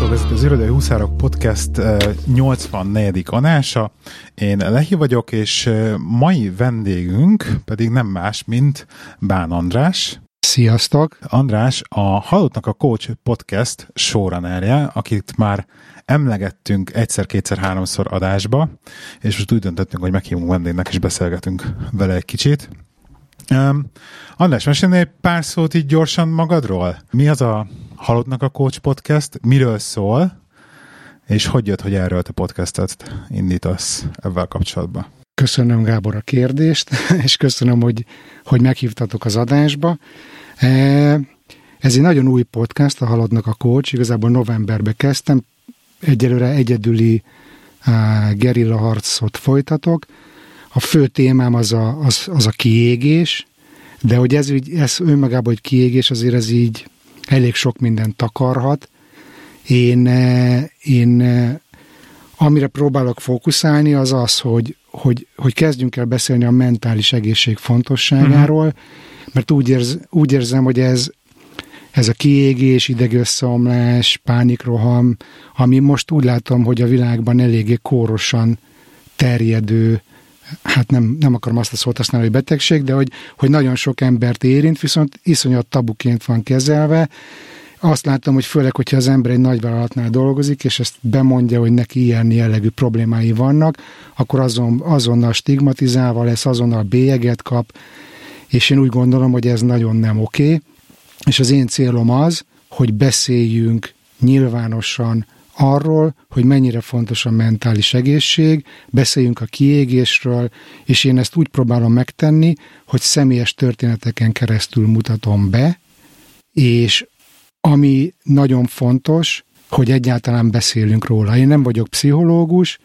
Sziasztok, ez az Irodai Huszárok Podcast 84. adása. Én Lehi vagyok, és mai vendégünk pedig nem más, mint Bán András. Sziasztok! András a Halottnak a Coach Podcast showrunnerje, akit már emlegettünk egyszer-kétszer-háromszor adásba, és most úgy döntöttünk, hogy meghívunk vendégnek, és beszélgetünk vele egy kicsit. András, mesélnél egy pár szót így gyorsan magadról? Mi az a Halottnak a Coach Podcast? Miről szól? És hogy jött, hogy erről te podcastet indítasz ebben kapcsolatban? Köszönöm, Gábor, a kérdést, és köszönöm, hogy meghívtatok az adásba. Ez egy nagyon új podcast, a Halottnak a Coach. Igazából novemberben kezdtem. Egyelőre egyedüli gerilla harcot folytatok. A fő témám az a kiégés, de hogy ez önmagában, hogy kiégés, azért ez így elég sok mindent takarhat. Én amire próbálok fókuszálni, az az, hogy kezdjünk el beszélni a mentális egészség fontosságáról, mert úgy érzem, hogy ez a kiégés, idegösszeomlás, pánikroham, ami most úgy látom, hogy a világban eléggé kórosan terjedő, hát nem akarom azt a szót használni, hogy betegség, de hogy nagyon sok embert érint, viszont iszonyat tabuként van kezelve. Azt látom, hogy főleg, hogyha az ember egy nagyvállalatnál dolgozik, és ezt bemondja, hogy neki ilyen jellegű problémái vannak, akkor azonnal stigmatizálva lesz, azonnal bélyeget kap, és én úgy gondolom, hogy ez nagyon nem oké. És az én célom az, hogy beszéljünk nyilvánosan arról, hogy mennyire fontos a mentális egészség, beszéljünk a kiégésről, és én ezt úgy próbálom megtenni, hogy személyes történeteken keresztül mutatom be, és ami nagyon fontos, hogy egyáltalán beszélünk róla. Én nem vagyok pszichológus,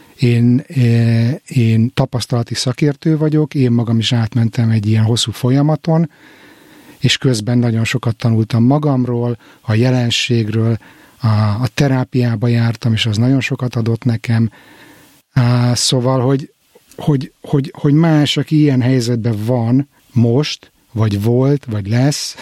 én tapasztalati szakértő vagyok, én magam is átmentem egy ilyen hosszú folyamaton, és közben nagyon sokat tanultam magamról, a jelenségről, a terápiába jártam, és az nagyon sokat adott nekem. Szóval, hogy más, aki ilyen helyzetben van most, vagy volt, vagy lesz,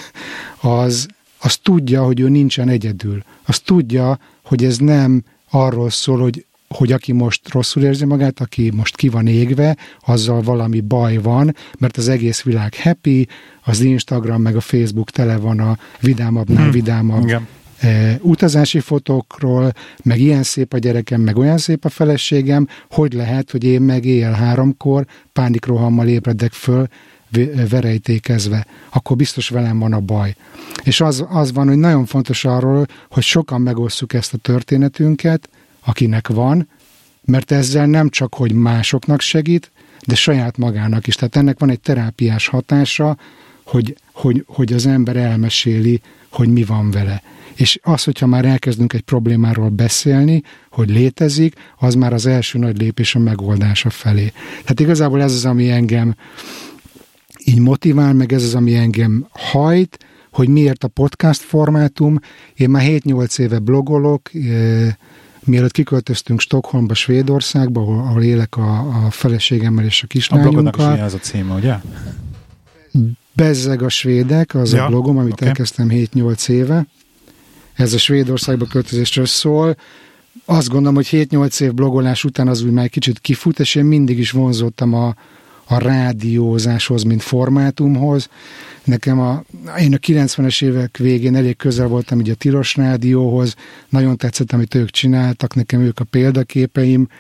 az tudja, hogy ő nincsen egyedül. Az tudja, hogy ez nem arról szól, hogy aki most rosszul érzi magát, aki most ki van égve, azzal valami baj van, mert az egész világ happy, az Instagram meg a Facebook tele van a vidámabbnál vidámabb utazási fotókról, meg ilyen szép a gyerekem, meg olyan szép a feleségem, hogy lehet, hogy én meg éjjel 3-kor pánikrohammal ébredek föl, verejtékezve, akkor biztos velem van a baj. És az van, hogy nagyon fontos arról, hogy sokan megosszuk ezt a történetünket, akinek van, mert ezzel nem csak, hogy másoknak segít, de saját magának is. Tehát ennek van egy terápiás hatása, hogy az ember elmeséli, hogy mi van vele. És az, hogyha már elkezdünk egy problémáról beszélni, hogy létezik, az már az első nagy lépés a megoldása felé. Tehát igazából ez az, ami engem így motivál, meg ez az, ami engem hajt, hogy miért a podcast formátum. Én már 7-8 éve blogolok, mielőtt kiköltöztünk Stockholmba, Svédországba, ahol élek a feleségemmel és a kislányunkkal. A blognak is ez a címe, ugye? Bezzeg a svédek, az a blogom, amit elkezdtem 7-8 éve. Ez a Svédországba költözésről szól. Azt gondolom, hogy 7-8 év blogolás után az úgy már kicsit kifut, és én mindig is vonzottam a rádiózáshoz, mint formátumhoz. Nekem én a 90-es évek végén elég közel voltam így a Tilos Rádióhoz, nagyon tetszett, amit ők csináltak, nekem ők a példaképeim,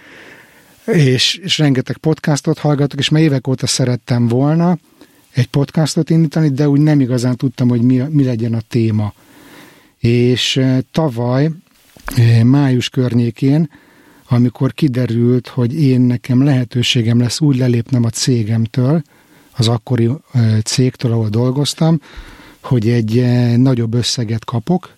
és rengeteg podcastot hallgatok, és már évek óta szerettem volna egy podcastot indítani, de úgy nem igazán tudtam, hogy mi legyen a téma. És tavaly, május környékén, amikor kiderült, hogy nekem lehetőségem lesz úgy lelépnem a cégemtől, az akkori cégtől, ahol dolgoztam, hogy egy nagyobb összeget kapok,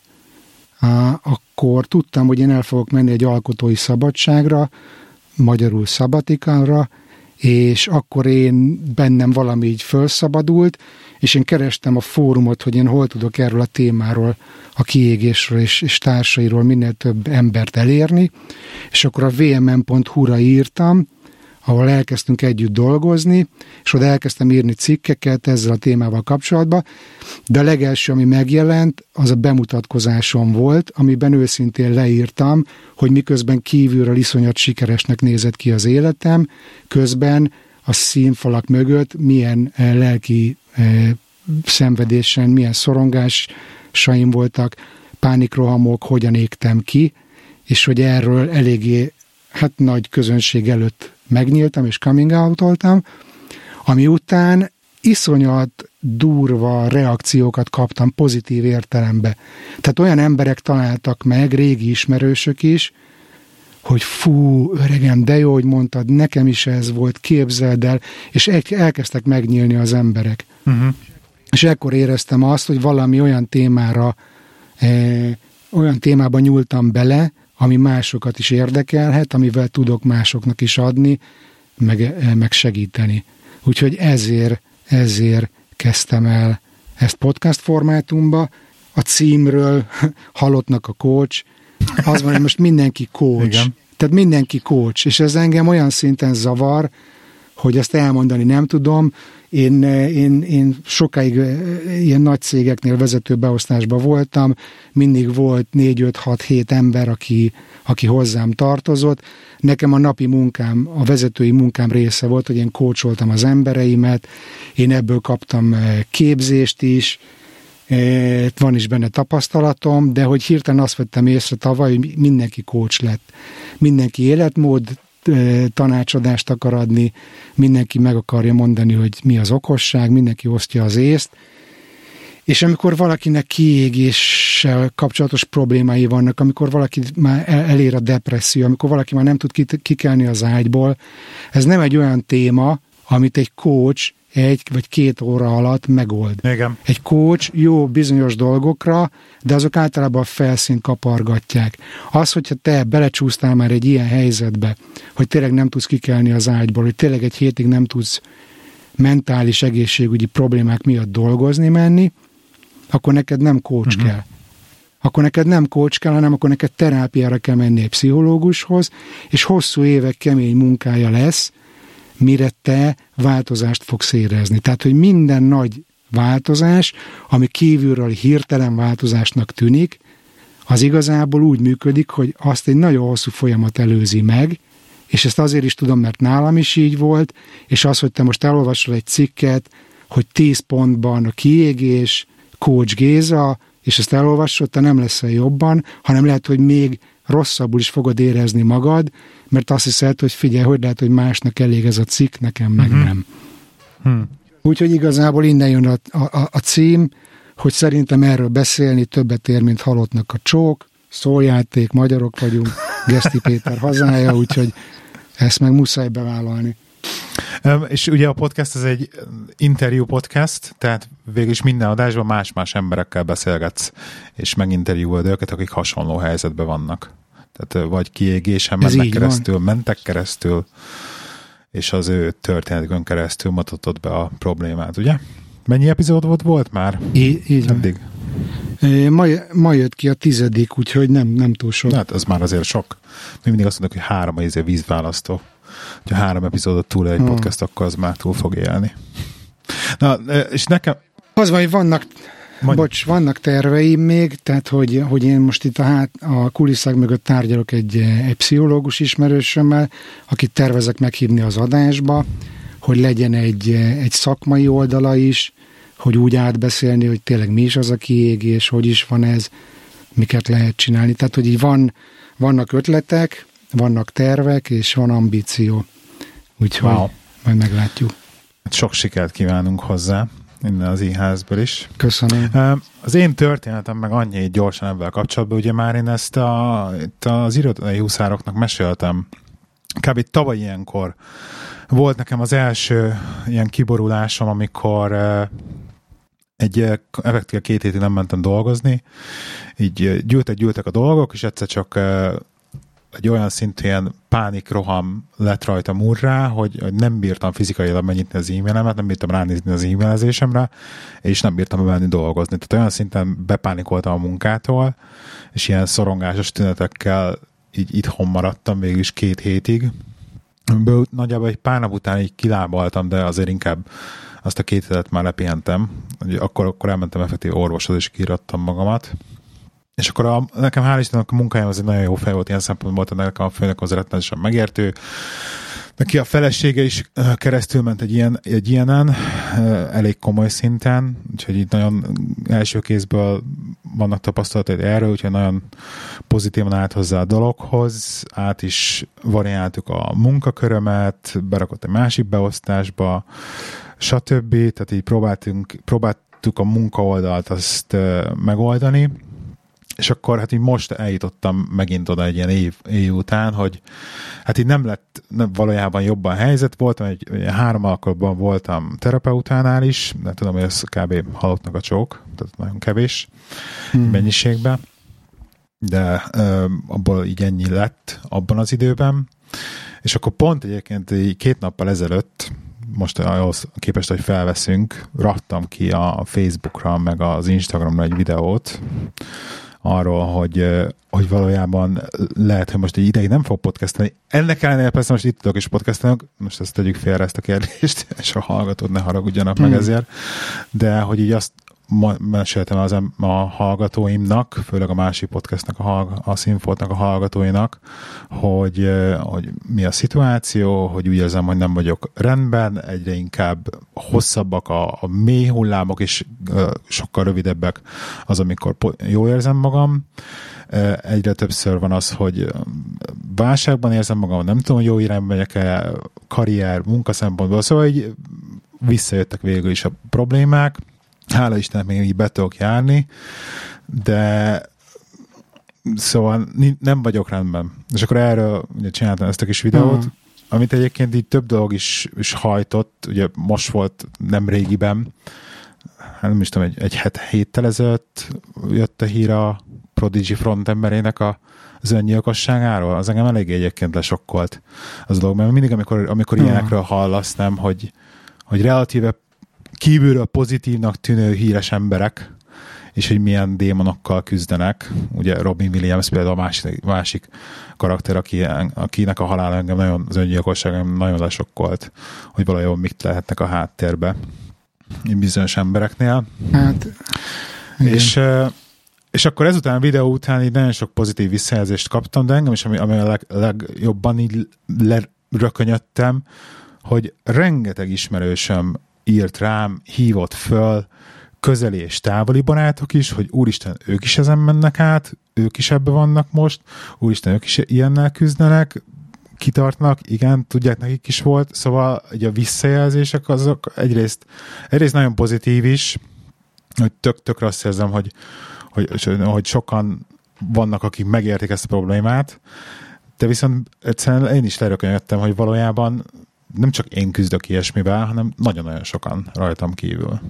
akkor tudtam, hogy én el fogok menni egy alkotói szabadságra, magyarul szabatikára, és akkor bennem valami így felszabadult, és én kerestem a fórumot, hogy én hol tudok erről a témáról, a kiégésről és társairól minél több embert elérni, és akkor a vmn.hu-ra írtam, ahol elkezdtünk együtt dolgozni, és oda elkezdtem írni cikkeket ezzel a témával kapcsolatban, de a legelső, ami megjelent, az a bemutatkozásom volt, amiben őszintén leírtam, hogy miközben kívülről iszonyat sikeresnek nézett ki az életem, közben a színfalak mögött milyen lelki szenvedésen, milyen szorongásaim voltak, pánikrohamok, hogyan égtem ki, és hogy erről eléggé nagy közönség előtt megnyíltam és coming out-oltam, ami után iszonyat durva reakciókat kaptam pozitív értelembe. Tehát olyan emberek találtak meg, régi ismerősök is, hogy fú, öregem, de jó, hogy mondtad, nekem is ez volt, képzeld el, és elkezdtek megnyílni az emberek. Uh-huh. És ekkor éreztem azt, hogy valami olyan témában nyúltam bele, ami másokat is érdekelhet, amivel tudok másoknak is adni, meg segíteni. Úgyhogy ezért kezdtem el ezt podcast formátumba. A címről halottnak a coach, az van, hogy most mindenki coach. Igen. Tehát mindenki coach, és ez engem olyan szinten zavar, hogy ezt elmondani nem tudom. Én sokáig ilyen nagy cégeknél vezető beosztásban voltam, mindig volt 4-5-6-7 ember, aki hozzám tartozott. Nekem a napi munkám, a vezetői munkám része volt, hogy én coacholtam az embereimet, én ebből kaptam képzést is, van is benne tapasztalatom, de hogy hirtelen azt vettem észre tavaly, hogy mindenki coach lett. Mindenki életmód tanácsadást akar adni, mindenki meg akarja mondani, hogy mi az okosság, mindenki osztja az észt, és amikor valakinek kiégéssel kapcsolatos problémái vannak, amikor valaki már elér a depresszió, amikor valaki már nem tud kikelni az ágyból, ez nem egy olyan téma, amit egy coach 1 vagy 2 óra alatt megold. Igen. Egy coach jó bizonyos dolgokra, de azok általában a felszínt kapargatják. Az, hogyha te belecsúsztál már egy ilyen helyzetbe, hogy tényleg nem tudsz kikelni az ágyból, hogy tényleg egy hétig nem tudsz mentális egészségügyi problémák miatt dolgozni menni, akkor neked nem coach kell. Akkor neked nem coach kell, hanem akkor neked terápiára kell menni egy pszichológushoz, és hosszú évek kemény munkája lesz, mire te változást fogsz érezni. Tehát, hogy minden nagy változás, ami kívülről hirtelen változásnak tűnik, az igazából úgy működik, hogy azt egy nagyon hosszú folyamat előzi meg, és ezt azért is tudom, mert nálam is így volt, és az, hogy te most elolvasol egy cikket, hogy 10 pontban a kiégés, Coach Géza, és ezt elolvasod, te nem leszel jobban, hanem lehet, hogy még rosszabbul is fogod érezni magad, mert azt hiszed, hogy figyelj, hogy lehet, hogy másnak elég ez a cikk, nekem meg nem. Úgyhogy igazából innen jön a cím, hogy szerintem erről beszélni többet ér, mint halottnak a csók, szójáték, magyarok vagyunk, Geszti Péter hazája, úgyhogy ezt meg muszáj bevállalni. És ugye a podcast ez egy interjú podcast, tehát végülis minden adásban más-más emberekkel beszélgetsz, és meginterjúolod őket, akik hasonló helyzetben vannak. Tehát vagy kiégésen mentek keresztül, és az ő történetükön keresztül mutatod be a problémát, ugye? Mennyi epizód volt már? Így eddig? Ma jött ki a 10., úgyhogy nem túl sok. Hát az már azért sok. Mi mindig azt mondjuk, hogy 3 vízválasztó. Ha 3 epizódot túl egy podcast, akkor az már túl fog élni. Na, és nekem... Az van, hogy vannak terveim még, tehát hogy én most itt a kulisszák mögött tárgyalok egy pszichológus ismerősömmel, akit tervezek meghívni az adásba, hogy legyen egy szakmai oldala is, hogy úgy átbeszélni, hogy tényleg mi is az a kiégés, hogy is van ez, miket lehet csinálni. Tehát, hogy így vannak ötletek, vannak tervek, és van ambíció. Úgyhogy majd meglátjuk. Sok sikert kívánunk hozzá, innen az IHS-ből is. Köszönöm. Az én történetem meg annyi gyorsan ebben kapcsolatban, ugye már én ezt itt az irodai huszároknak meséltem. Kb. Tavaly ilyenkor volt nekem az első ilyen kiborulásom, amikor effektíve 2 hétig nem mentem dolgozni, így gyűltek a dolgok, és egyszer csak egy olyan szintű ilyen pánikroham lett rajtam urrá, hogy nem bírtam fizikailag megnyitni az e-mailemet, nem bírtam ránézni az e-mailezésemre, és nem bírtam bemenni dolgozni. Tehát olyan szinten bepánikoltam a munkától, és ilyen szorongásos tünetekkel így itthon maradtam végül is 2 hétig, nagyjából egy pár nap után így kilábaltam, de azért inkább azt a 2 hetet már lepihentem. Akkor elmentem effektív orvoshoz, és kiirattam magamat. És akkor nekem hál' Istennek a munkájám az egy nagyon jó fej volt ilyen szempontból, tehát nekem a főnök az rettenetesen megértő. Neki a felesége is keresztül ment egy ilyenen, elég komoly szinten, úgyhogy itt nagyon első kézből vannak tapasztalatai erről, úgyhogy nagyon pozitívan állt hozzá a dologhoz, át is variáltuk a munkakörömet, berakott egy másik beosztásba, stb. Tehát így próbáltuk a munkaoldalt azt megoldani, és akkor hát így most eljutottam megint oda egy ilyen év után, hogy hát így nem valójában jobban helyzet voltam, egy 3 alkalommal voltam terapeutánál is, de tudom, hogy ez kb. Halottnak a csók, tehát nagyon kevés mennyiségben, de abból így ennyi lett abban az időben, és akkor pont egyébként 2 nappal ezelőtt, most ahhoz képest, hogy felveszünk, raktam ki a Facebookra, meg az Instagramra egy videót, arról, hogy valójában lehet, hogy most egy ideig nem fog podcastelni. Ennek ellenére persze most itt tudok is podcastelni, most ezt tegyük félre ezt a kérdést, és a hallgatód ne haragudjanak meg ezért, de hogy így azt meséltem a hallgatóimnak, főleg a másik podcastnak, a Színfoltnak a hallgatóinak, hogy mi a szituáció, hogy úgy érzem, hogy nem vagyok rendben, egyre inkább hosszabbak a mély hullámok, és sokkal rövidebbek az, amikor jól érzem magam. Egyre többször van az, hogy válságban érzem magam, nem tudom, hogy jó irányba megyek-e, karrier, munka szempontból, szóval így visszajöttek végül is a problémák. Hála Istennek még így be tudok járni, de szóval nem vagyok rendben. És akkor erről ugye csináltam ezt a kis videót, amit egyébként így több dolog is hajtott, ugye most volt nem régiben, hát nem is tudom, egy héttel ezelőtt jött a hír a Prodigy frontemberének az öngyilkosságáról, az engem eléggé egyébként lesokkolt az a dolog, mert mindig, amikor ilyenekről hallasz, nem, hogy relatíve kívülről pozitívnak tűnő híres emberek, és hogy milyen démonokkal küzdenek. Ugye Robin Williams például a másik karakter, akinek a halála engem nagyon, az öngyilkosság engem nagyon lesokkolt, hogy valójában mit lehetnek a háttérbe bizonyos embereknél. Hát, és akkor ezután a videó után így nagyon sok pozitív visszajelzést kaptam, de engem is, ami a legjobban így lerökönyödtem, hogy rengeteg ismerősöm írt rám, hívott föl, közeli és távoli barátok is, hogy úristen, ők is ezen mennek át, ők is ebbe vannak most, úristen, ők is ilyennel küzdenek, kitartnak, igen, tudják, nekik is volt, szóval ugye a visszajelzések azok egyrészt nagyon pozitív is, hogy tökre azt érzem, hogy sokan vannak, akik megértik ezt a problémát, de viszont egyszerűen én is lerökönyödtem, hogy valójában nem csak én küzdök ilyesmivel, hanem nagyon-nagyon sokan rajtam kívül.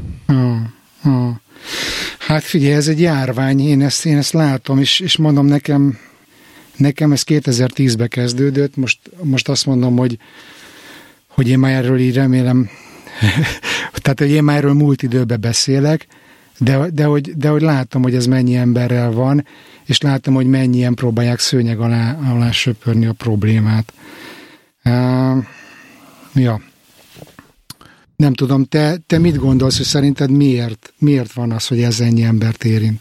Hát figyelj, ez egy járvány, én ezt látom, és mondom, nekem ez 2010-ben kezdődött, most azt mondom, hogy én már erről így remélem, tehát hogy én már erről múlt időben beszélek, de hogy látom, hogy ez mennyi emberrel van, és látom, hogy mennyien próbálják szőnyeg alá söpörni a problémát. Ja. Nem tudom, te mit gondolsz, hogy szerinted miért van az, hogy ez ennyi embert érint?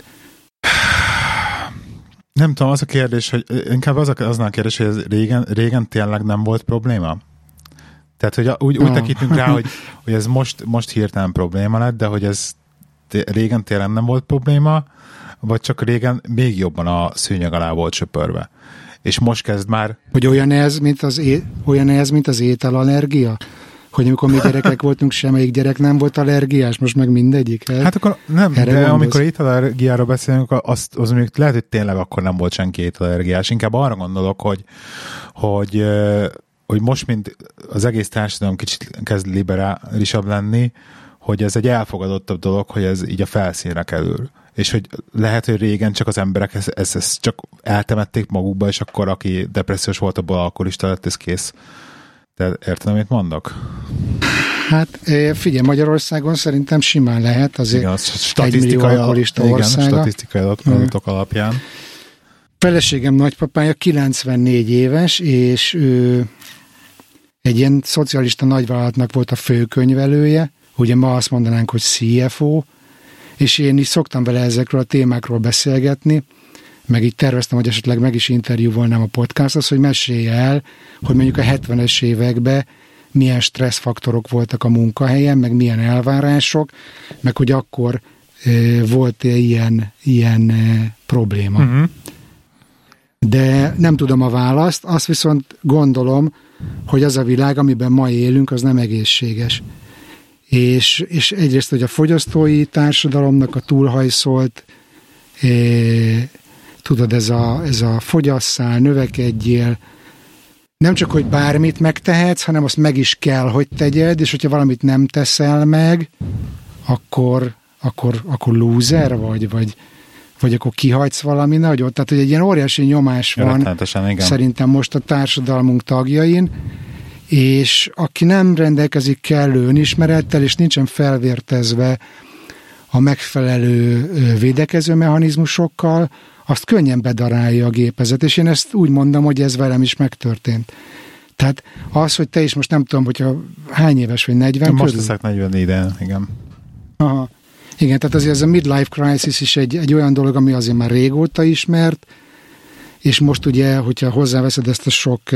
Nem tudom, az a kérdés, hogy inkább az a kérdés, hogy ez régen tényleg nem volt probléma? Tehát, hogy úgy tekintünk rá, hogy ez most hirtelen probléma lett, de hogy ez régen tényleg nem volt probléma, vagy csak régen még jobban a szőnyeg alá volt söpörve. És most kezd már... Hogy olyan ez, mint az ételallergia? Hogy amikor mi gyerekek voltunk, semmelyik gyerek nem volt allergiás, most meg mindegyik. Hát akkor nem, de gondolsz? Amikor ételallergiáról beszélünk, az mondjuk lehet, hogy tényleg akkor nem volt senki ételallergiás. Inkább arra gondolok, hogy most, mint az egész társadalom kicsit kezd liberálisabb lenni, hogy ez egy elfogadottabb dolog, hogy ez így a felszínre kerül. És hogy lehet, hogy régen csak az emberek ezt csak eltemették magukba, és akkor aki depressziós volt, abból alkoholista lett, ez kész. De érted, amit mondok? Hát figyelj, Magyarországon szerintem simán lehet, azért igen, statisztikai adatok alapján. Feleségem nagypapája 94 éves, és ő egy ilyen szocialista nagyvállalatnak volt a főkönyvelője, ugye ma azt mondanánk, hogy CFO, és én is szoktam vele ezekről a témákról beszélgetni, meg így terveztem, hogy esetleg meg is interjúvolnám a podcastot, hogy mesélje el, hogy mondjuk a 70-es években milyen stresszfaktorok voltak a munkahelyen, meg milyen elvárások, meg hogy akkor volt-e ilyen probléma. Uh-huh. De nem tudom a választ, azt viszont gondolom, hogy az a világ, amiben ma élünk, az nem egészséges. És egyrészt, hogy a fogyasztói társadalomnak a túlhajszolt, tudod, ez a fogyasszál, növekedjél, nem csak, hogy bármit megtehetsz, hanem azt meg is kell, hogy tegyed, és hogyha valamit nem teszel meg, akkor loser vagy akkor kihagysz valami nagyot. Tehát, hogy egy ilyen óriási nyomás van szerintem most a társadalmunk tagjain, és aki nem rendelkezik kellő önismerettel, és nincsen felvértezve a megfelelő védekező mechanizmusokkal, azt könnyen bedarálja a gépezet, és én ezt úgy mondom, hogy ez velem is megtörtént. Tehát az, hogy te is most nem tudom, hogyha hány éves vagy, 40 most leszek 40 ide, igen. Aha. Igen, tehát azért ez a midlife crisis is egy olyan dolog, ami azért már régóta ismert, és most ugye, hogyha hozzáveszed ezt a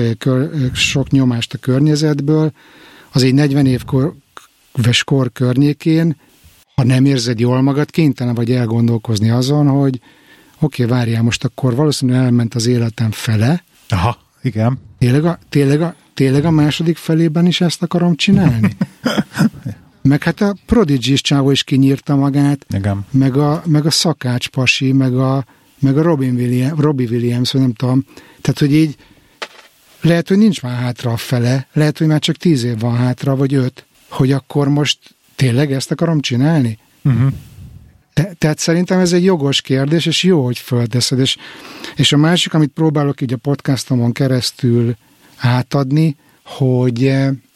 sok nyomást a környezetből, az egy 40 éves kor környékén, ha nem érzed jól magad, kénytelen vagy elgondolkozni azon, hogy oké, várjál, most akkor valószínűleg elment az életem fele. Aha, igen. Tényleg a második felében is ezt akarom csinálni? Meg hát a Prodigy csávó is kinyírta magát, igen. Meg a Szakács pasi, meg a Robbie Williams, vagy nem tudom. Tehát, hogy így lehet, hogy nincs már hátra a fele, lehet, hogy már csak 10 év van hátra, vagy 5, hogy akkor most tényleg ezt akarom csinálni? Uh-huh. Tehát szerintem ez egy jogos kérdés, és jó, hogy fölteszed. És a másik, amit próbálok így a podcastomon keresztül átadni, hogy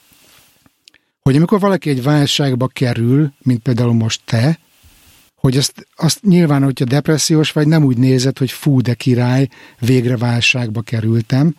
amikor valaki egy válságba kerül, mint például most te, hogy azt nyilván, hogyha depressziós vagy, nem úgy nézed, hogy fú, de király, végre válságba kerültem,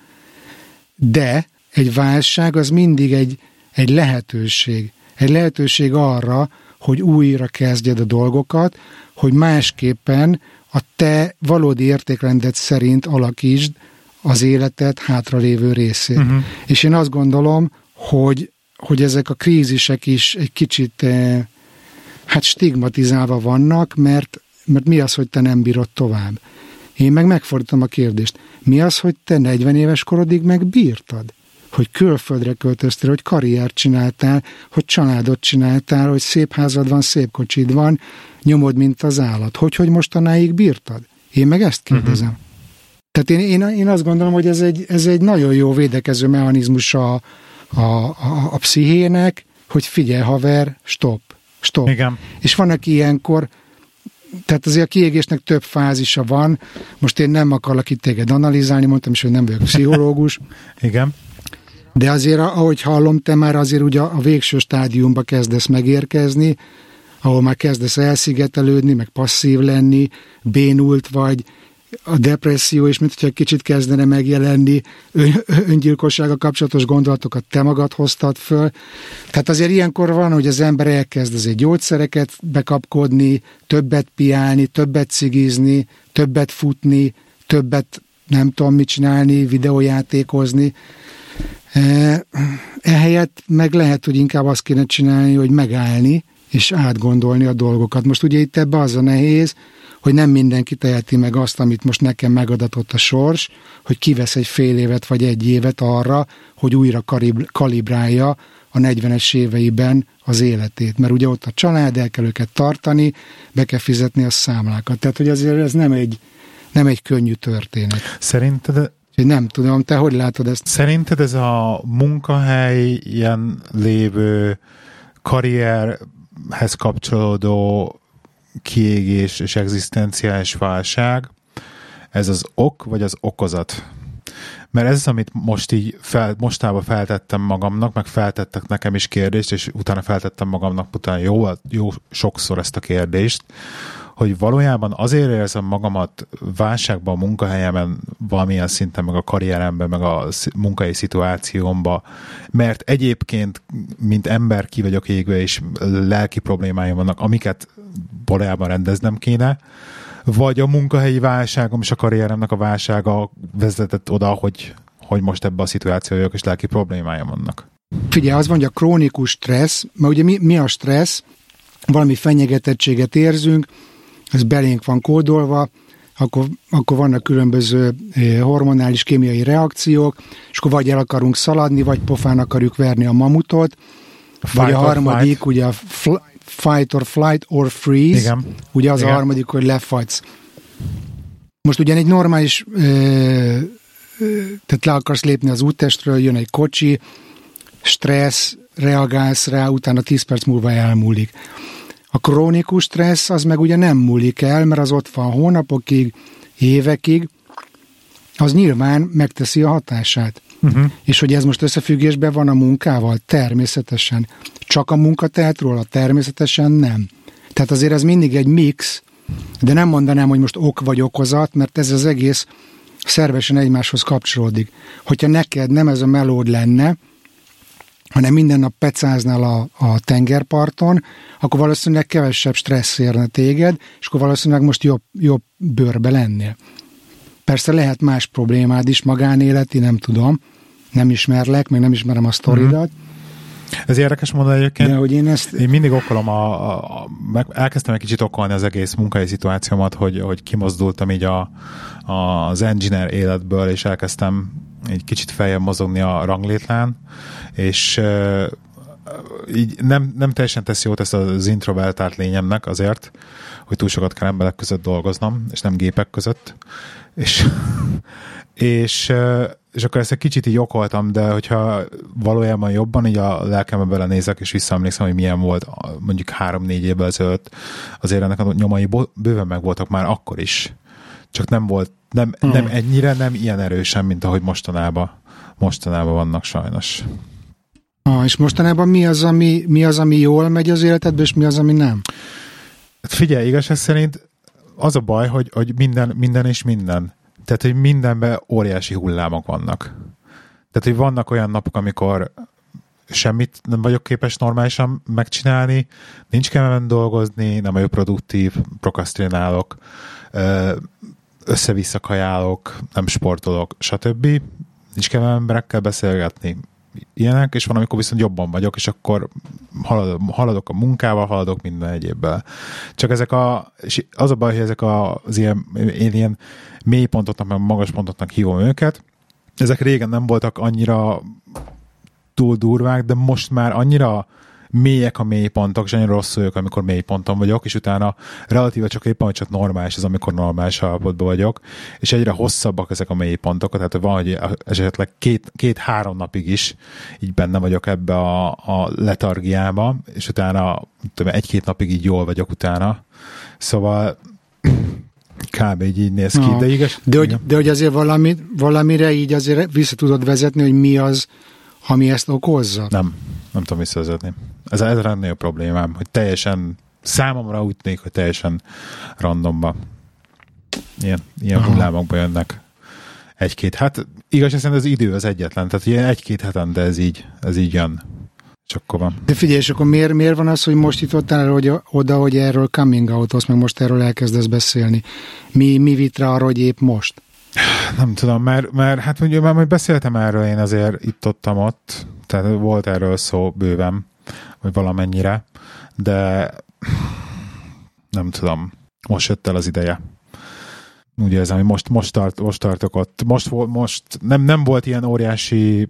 de egy válság az mindig egy lehetőség. Egy lehetőség arra, hogy újra kezdjed a dolgokat, hogy másképpen a te valódi értékrendet szerint alakítsd az életed hátralévő részét. Uh-huh. És én azt gondolom, hogy ezek a krízisek is egy kicsit stigmatizálva vannak, mert mi az, hogy te nem bírod tovább? Én meg megfordítom a kérdést. Mi az, hogy te 40 éves korodig megbírtad? Hogy külföldre költöztél, hogy karriert csináltál, hogy családot csináltál, hogy szép házad van, szép kocsid van, nyomod, mint az állat. Hogy mostanáig bírtad? Én meg ezt kérdezem. Uh-huh. Tehát én azt gondolom, hogy ez egy nagyon jó védekező mechanizmus a pszichének, hogy figyelj haver, stop. Igen. És vannak ilyenkor, tehát azért a kiégésnek több fázisa van, most én nem akarlak itt téged analizálni, mondtam is, hogy nem vagyok pszichológus. Igen. De azért, ahogy hallom, te már azért ugye a végső stádiumba kezdesz megérkezni, ahol már kezdesz elszigetelődni, meg passzív lenni, bénult vagy, a depresszió is, mint hogyha kicsit kezdene megjelenni, öngyilkossággal kapcsolatos gondolatokat te magad hoztad föl. Tehát azért ilyenkor van, hogy az ember elkezd azért gyógyszereket bekapkodni, többet piálni, többet cigizni, többet futni, többet nem tudom mit csinálni, videójátékozni. Ehelyett meg lehet, hogy inkább azt kéne csinálni, hogy megállni, és átgondolni a dolgokat. Most ugye itt ebbe az a nehéz, hogy nem mindenki teheti meg azt, amit most nekem megadatott a sors, hogy kivesz egy fél évet vagy egy évet arra, hogy újra kalibrálja a 40-es éveiben az életét. Mert ugye ott a család, el kell őket tartani, be kell fizetni a számlákat. Tehát, hogy azért ez nem egy könnyű történet. Szerinted... Nem tudom, te hogy látod ezt? Szerinted ez a munkahelyen lévő karrierhez kapcsolódó kiégés és egzisztenciális válság, ez az ok, vagy az okozat? Mert ez az, amit most így mostában feltettem magamnak, meg feltettek nekem is kérdést, és utána feltettem magamnak utána jó sokszor ezt a kérdést, hogy valójában azért érzem magamat válságban a munkahelyemen valamilyen szinten, meg a karrieremben, meg a munkai szituációmban, mert egyébként, mint ember ki vagyok égve, és lelki problémáim vannak, amiket valójában rendeznem kéne, vagy a munkahelyi válságom és a karrieremnek a válsága vezetett oda, hogy most ebbe a szituációba vagyok, és lelki problémáim vannak. Figyelj, az van, hogy a krónikus stressz, mert ugye mi a stressz? Valami fenyegetettséget érzünk, ez belénk van kódolva, akkor vannak különböző hormonális kémiai reakciók, és akkor vagy el akarunk szaladni, vagy pofán akarjuk verni a mamutot, vagy a harmadik, flight. Ugye a fight or flight or freeze, igen. Ugye az igen. A harmadik, hogy lefagysz. Most ugyan egy normális, tehát le akarsz lépni az úttestről, jön egy kocsi, stressz, reagálsz rá, utána 10 perc múlva elmúlik. A krónikus stressz az meg ugye nem múlik el, mert az ott van hónapokig, évekig, az nyilván megteszi a hatását. Uh-huh. És hogy ez most összefüggésben van a munkával? Természetesen. Csak a munka tehet róla? Természetesen nem. Tehát azért ez mindig egy mix, de nem mondanám, hogy most ok vagy okozat, mert ez az egész szervesen egymáshoz kapcsolódik. Hogyha neked nem ez a melód lenne, hanem minden nap pecáznál a tengerparton, akkor valószínűleg kevesebb stressz érne téged, és akkor valószínűleg most jobb bőrbe lennél. Persze lehet más problémád is, magánéleti, nem tudom, nem ismerlek, meg nem ismerem a sztoridat. Ez érdekes mondani egyébként. De hogy én mindig okolom, elkezdtem egy kicsit okolni az egész munkai szituációmat, hogy kimozdultam így az engineer életből, és elkezdtem egy kicsit feljebb mozogni a ranglétlán, és így nem teljesen teszi jót ezt az introvertált lényemnek azért, hogy túl sokat kell emberek között dolgoznom, és nem gépek között. És akkor ezt egy kicsit így okoltam, de hogyha valójában jobban így a lelkembe belenézek, és visszaemlékszem, hogy milyen volt mondjuk 3-4 évvel ezelőtt, azért ennek a nyomai bőven meg voltak már akkor is. Csak nem volt, nem ennyire, nem ilyen erősen, mint ahogy mostanában vannak sajnos. És mostanában mi az, ami jól megy az életedben, és mi az, ami nem? Figyelj, igazság szerint az a baj, hogy minden és minden. Tehát, hogy mindenben óriási hullámok vannak. Tehát, hogy vannak olyan napok, amikor semmit nem vagyok képes normálisan megcsinálni, nincs kedvem dolgozni, nem vagyok produktív, prokrasztinálok, össze-vissza kajálok, nem sportolok, stb. Nincs kedvem emberekkel beszélgetni, ilyenek, és van, amikor viszont jobban vagyok, és akkor haladok a munkával, haladok minden egyébbel. Csak az a baj, hogy ezek az ilyen mély pontoknak, meg magas pontoknak hívom őket. Ezek régen nem voltak annyira túl durvák, de most már annyira mélyek a mélypontok, és annyira rosszul vagyok, amikor mélyponton vagyok, és utána relatíve csak éppen, hogy csak normális az, amikor normális állapotban vagyok, és egyre hosszabbak ezek a mélypontok, tehát van, hogy esetleg 2-3 napig is így benne vagyok ebbe a letargiába, és utána 1-2 napig így jól vagyok utána. Szóval kb. Így néz ki. De igaz, de hogy azért valamire így azért vissza tudod vezetni, hogy mi az, ami ezt okozza? Nem tudom visszavezetni. Ez a legnagyobb problémám, hogy teljesen számomra úgy tűnik, hogy teljesen randomba. Ilyen hullámokba jönnek 1-2. Hát igaz, szerint az idő az egyetlen, tehát ilyen 1-2 hetente ez így jön. És akkor van. De figyelj, és akkor miért van az, hogy most jutottál oda, hogy erről coming out-osz, meg most erről elkezdesz beszélni? Mi vitt rá arra, hogy épp most? Nem tudom, mert hát ugye már majd beszéltem erről én azért ott, tehát volt erről szó bőven, vagy valamennyire, de nem tudom, most jött el az ideje. Úgy érzem, hogy most tartok ott. Most nem volt ilyen óriási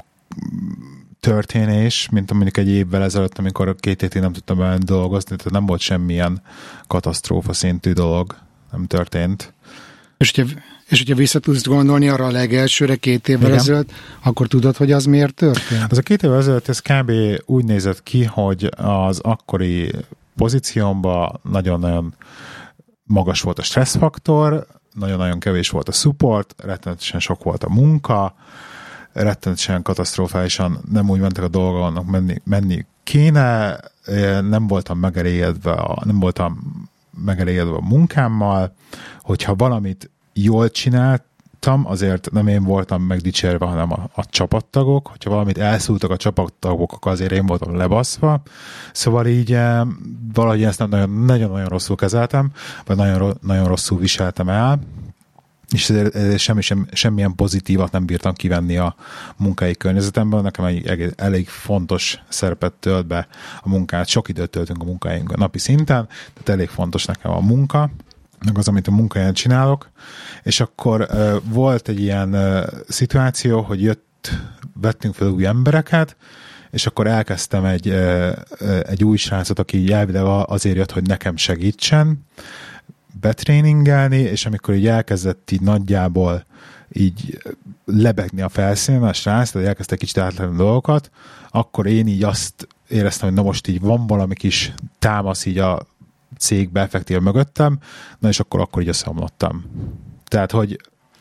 történés, mint mondjuk egy évvel ezelőtt, amikor 2 hétig nem tudtam dolgozni, tehát nem volt semmilyen katasztrófa szintű dolog, nem történt. És hogyha vissza tudsz gondolni arra a legelsőre 2 évvel ezelőtt, akkor tudod, hogy az miért történt? Az a 2 évvel ezelőtt ez kb. Úgy nézett ki, hogy az akkori pozíciómban nagyon-nagyon magas volt a stresszfaktor, nagyon-nagyon kevés volt a support, rettenetesen sok volt a munka, rettenetesen katasztrofálisan nem úgy mentek a dolgok, annak menni kéne, nem voltam megelégedve, nem voltam megelégedve a munkámmal, hogyha valamit jól csináltam, azért nem én voltam megdicsérve, hanem a csapattagok, hogyha valamit elszúrtak a csapattagok, akkor azért én voltam lebaszva, szóval így valahogy ezt nagyon-nagyon rosszul kezeltem, vagy nagyon rosszul viseltem el, és ezért semmilyen pozitívat nem bírtam kivenni a munkai környezetemben. Nekem egy elég fontos szerepet tölt be a munkát. Sok időt töltünk a munkáink napi szinten, tehát elég fontos nekem a munka, meg az, amit a munkáján csinálok. És akkor volt egy ilyen szituáció, hogy vettünk fel új embereket, és akkor elkezdtem egy új srácot, aki elvileg azért jött, hogy nekem segítsen betréningelni, és amikor így elkezdett így nagyjából így lebegni a felszínen a srác, tehát elkezdte kicsit átlenni dolgokat, akkor én így azt éreztem, hogy na most így van valami kis támasz így a cégbe effektíve mögöttem, na és akkor így összeomlottam. Tehát, hogy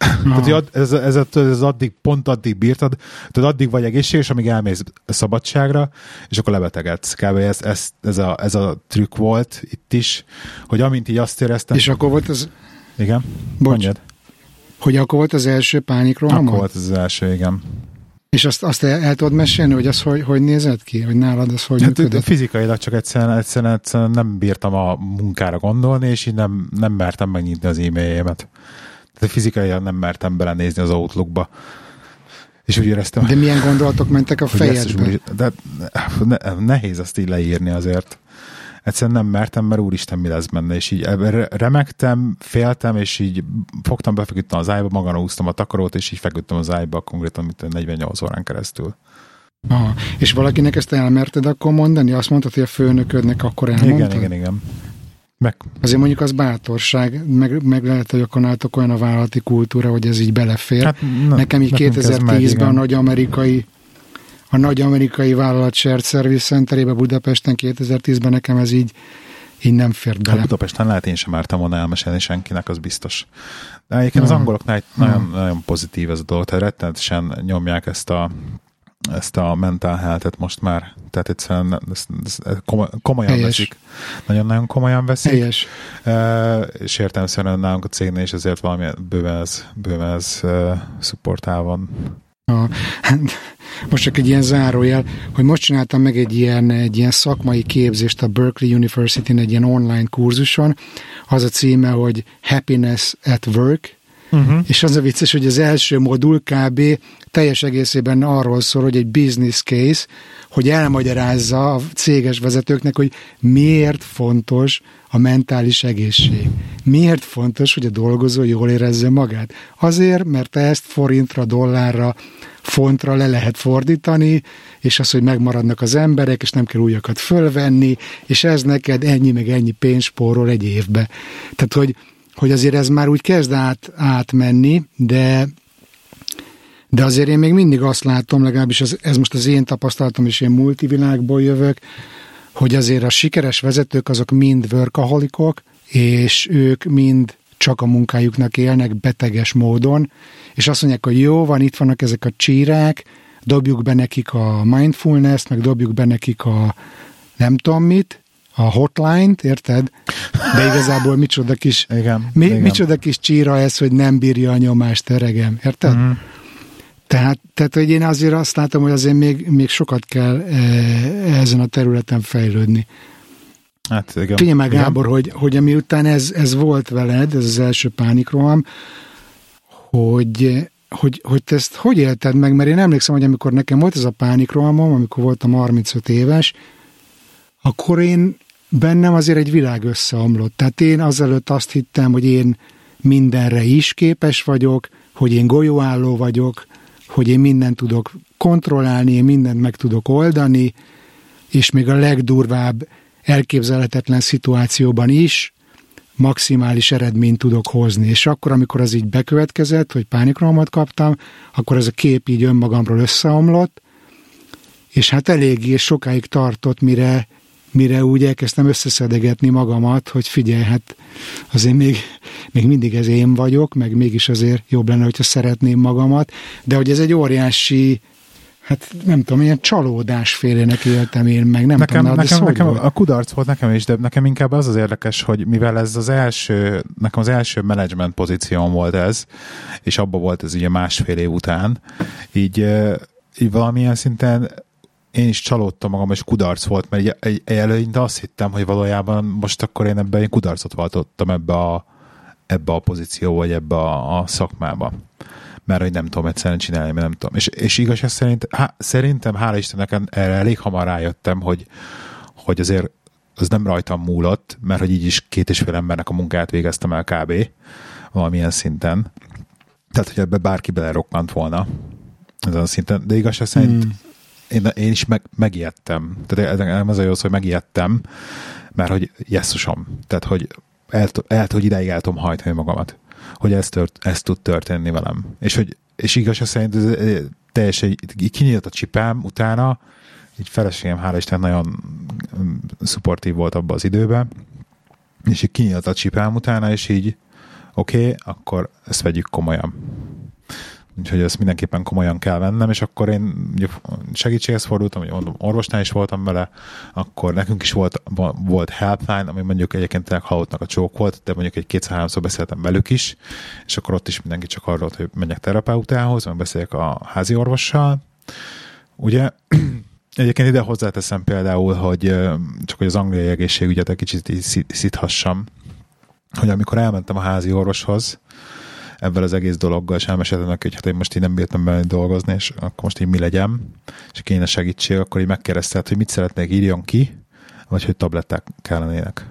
ez pont addig bírtad, tehát addig vagy egészséges, amíg elmész szabadságra, és akkor lebetegedsz. Kb. Ez a trükk volt itt is, hogy amint így azt éreztem... És akkor volt az... Igen? Mondjad. Hogy akkor volt az első pánikrohamod? Akkor volt az első, igen. És azt el tudod mesélni, hogy az hogy nézett ki? Hogy nálad az hogy működött? Fizikailag csak egyszerűen nem bírtam a munkára gondolni, és így nem mertem megnyitni az e-mailjémet. Tehát fizikailag nem mertem belenézni az Outlookba. És úgy éreztem... De milyen gondolatok mentek a fejedbe? De nehéz azt így leírni azért. Egyszerűen nem mertem, mert úristen, mi lesz benne. És így remegtem, féltem, és így fogtam, befeküdtem az ágyba, magamra húztam a takarót, és így feküdtem az ágyba konkrétan 48 órán keresztül. Aha. És valakinek ezt elmerted akkor mondani? Azt mondtad, hogy a főnöködnek akkor elmondtad? Igen. Azért mondjuk az bátorság, meg lehet, hogy akkor nálatok olyan a vállalati kultúra, hogy ez így belefér. Hát, nekem így 2010-ben a nagy amerikai vállalat Shared Service Centerébe Budapesten 2010-ben nekem ez így nem fért bele. Hát Budapesten lehet, én sem mertem volna elmesélni senkinek, az biztos. De egyébként az angoloknál nagyon pozitív ez a dolog, tehát rettenetesen nyomják ezt a mental health-et most már, tehát egyszerűen komolyan veszik. Nagyon-nagyon komolyan veszik. Helyes. És értelemszerűen nálunk a cégnél is azért valami bőven ez szupportál van. Most csak egy ilyen zárójel, hogy most csináltam meg egy ilyen szakmai képzést a Berkeley University-n egy ilyen online kurzuson. Az a címe, hogy Happiness at Work, és az a vicces, hogy az első modul kb. Teljes egészében arról szól, hogy egy business case, hogy elmagyarázza a céges vezetőknek, hogy miért fontos a mentális egészség. Miért fontos, hogy a dolgozó jól érezze magát? Azért, mert ezt forintra, dollárra, fontra le lehet fordítani, és az, hogy megmaradnak az emberek, és nem kell újakat fölvenni, és ez neked ennyi meg ennyi pénz spórol egy évbe. Tehát, hogy azért ez már úgy kezd átmenni, de azért én még mindig azt látom, legalábbis ez most az én tapasztalatom, és én multivilágból jövök, hogy azért a sikeres vezetők azok mind workaholikok, és ők mind csak a munkájuknak élnek beteges módon, és azt mondják, hogy jó, van, itt vannak ezek a csírák, dobjuk be nekik a mindfulness-t, meg dobjuk be nekik a nem tudom mit, a hotline-t, érted? De igazából micsoda kis, micsoda kis csíra ez, hogy nem bírja a nyomást, öregem, érted? Mm. Tehát, hogy én azért azt látom, hogy azért még sokat kell ezen a területen fejlődni. Hát, igen. Figyelj meg, Gábor, hogy amiután ez volt veled, ez az első pánikroham, hogy te ezt hogy élted meg? Mert én emlékszem, hogy amikor nekem volt ez a pánikrohamom, amikor voltam 35 éves, akkor én bennem azért egy világ összeomlott. Tehát én azelőtt azt hittem, hogy én mindenre is képes vagyok, hogy én golyóálló vagyok, hogy én mindent tudok kontrollálni, én mindent meg tudok oldani, és még a legdurvább elképzelhetetlen szituációban is maximális eredményt tudok hozni. És akkor, amikor az így bekövetkezett, hogy pánikrohamot kaptam, akkor ez a kép így önmagamról összeomlott, és hát eléggé sokáig tartott, mire úgy elkezdtem összeszedegetni magamat, hogy figyelj, hát azért még mindig ez én vagyok, meg mégis azért jobb lenne, hogyha szeretném magamat, de hogy ez egy óriási Hát nem tudom, ilyen csalódásfélének éltem én meg, nem tudom, nekem a kudarc volt nekem is, de nekem inkább az érdekes, hogy mivel ez nekem az első management pozícióm volt ez, és abba volt ez ugye másfél év után, így valamilyen szinten én is csalódtam magam, és kudarc volt, mert előtte azt hittem, hogy valójában most akkor én kudarcot váltottam ebbe a pozícióba, vagy ebbe a szakmába. Mert hogy nem tudom egyszerűen csinálni, mert nem tudom. És igazság szerint, szerintem, hála Istennek, erre elég hamar rájöttem, hogy azért az nem rajtam múlott, mert hogy így is 2,5 embernek a munkát végeztem el kb. Valamilyen szinten. Tehát, hogy ebbe bárki belerokkant volna ezen a szinten. De igazság szerint én is megijedtem. Tehát az a jó szó, hogy megijedtem, mert hogy jesszusom. Tehát, hogy hogy ideig el tudom hajtani magamat. Hogy ez tud történni velem. És igazság szerint teljesen kinyílt a csipám utána, így feleségem, hála Isten, nagyon szupportív volt abban az időben, és így kinyílt a csipám utána, és így oké, akkor ezt vegyük komolyan. Úgyhogy ezt mindenképpen komolyan kell vennem, és akkor én segítséghez fordultam, hogy mondom, orvosnál is voltam vele, akkor nekünk is volt helpline, ami mondjuk egyébként halottnak a csók volt, de mondjuk egy 2-3-szor beszéltem velük is, és akkor ott is mindenki csak arról, hogy menjek terapeutához, meg beszéljek a házi orvossal. Ugye, egyébként ide hozzáteszem például, hogy csak hogy az angliai egészségügyet egy kicsit szíthassam, hogy amikor elmentem a házi orvoshoz, ebben az egész dologgal, és elmeséltem neki, hogy hát én most így nem bírtam bele dolgozni, és akkor most így mi legyen, és kéne segítség, akkor így megkérdezte, hogy mit szeretnék, írjon ki, vagy hogy tabletták kellenének.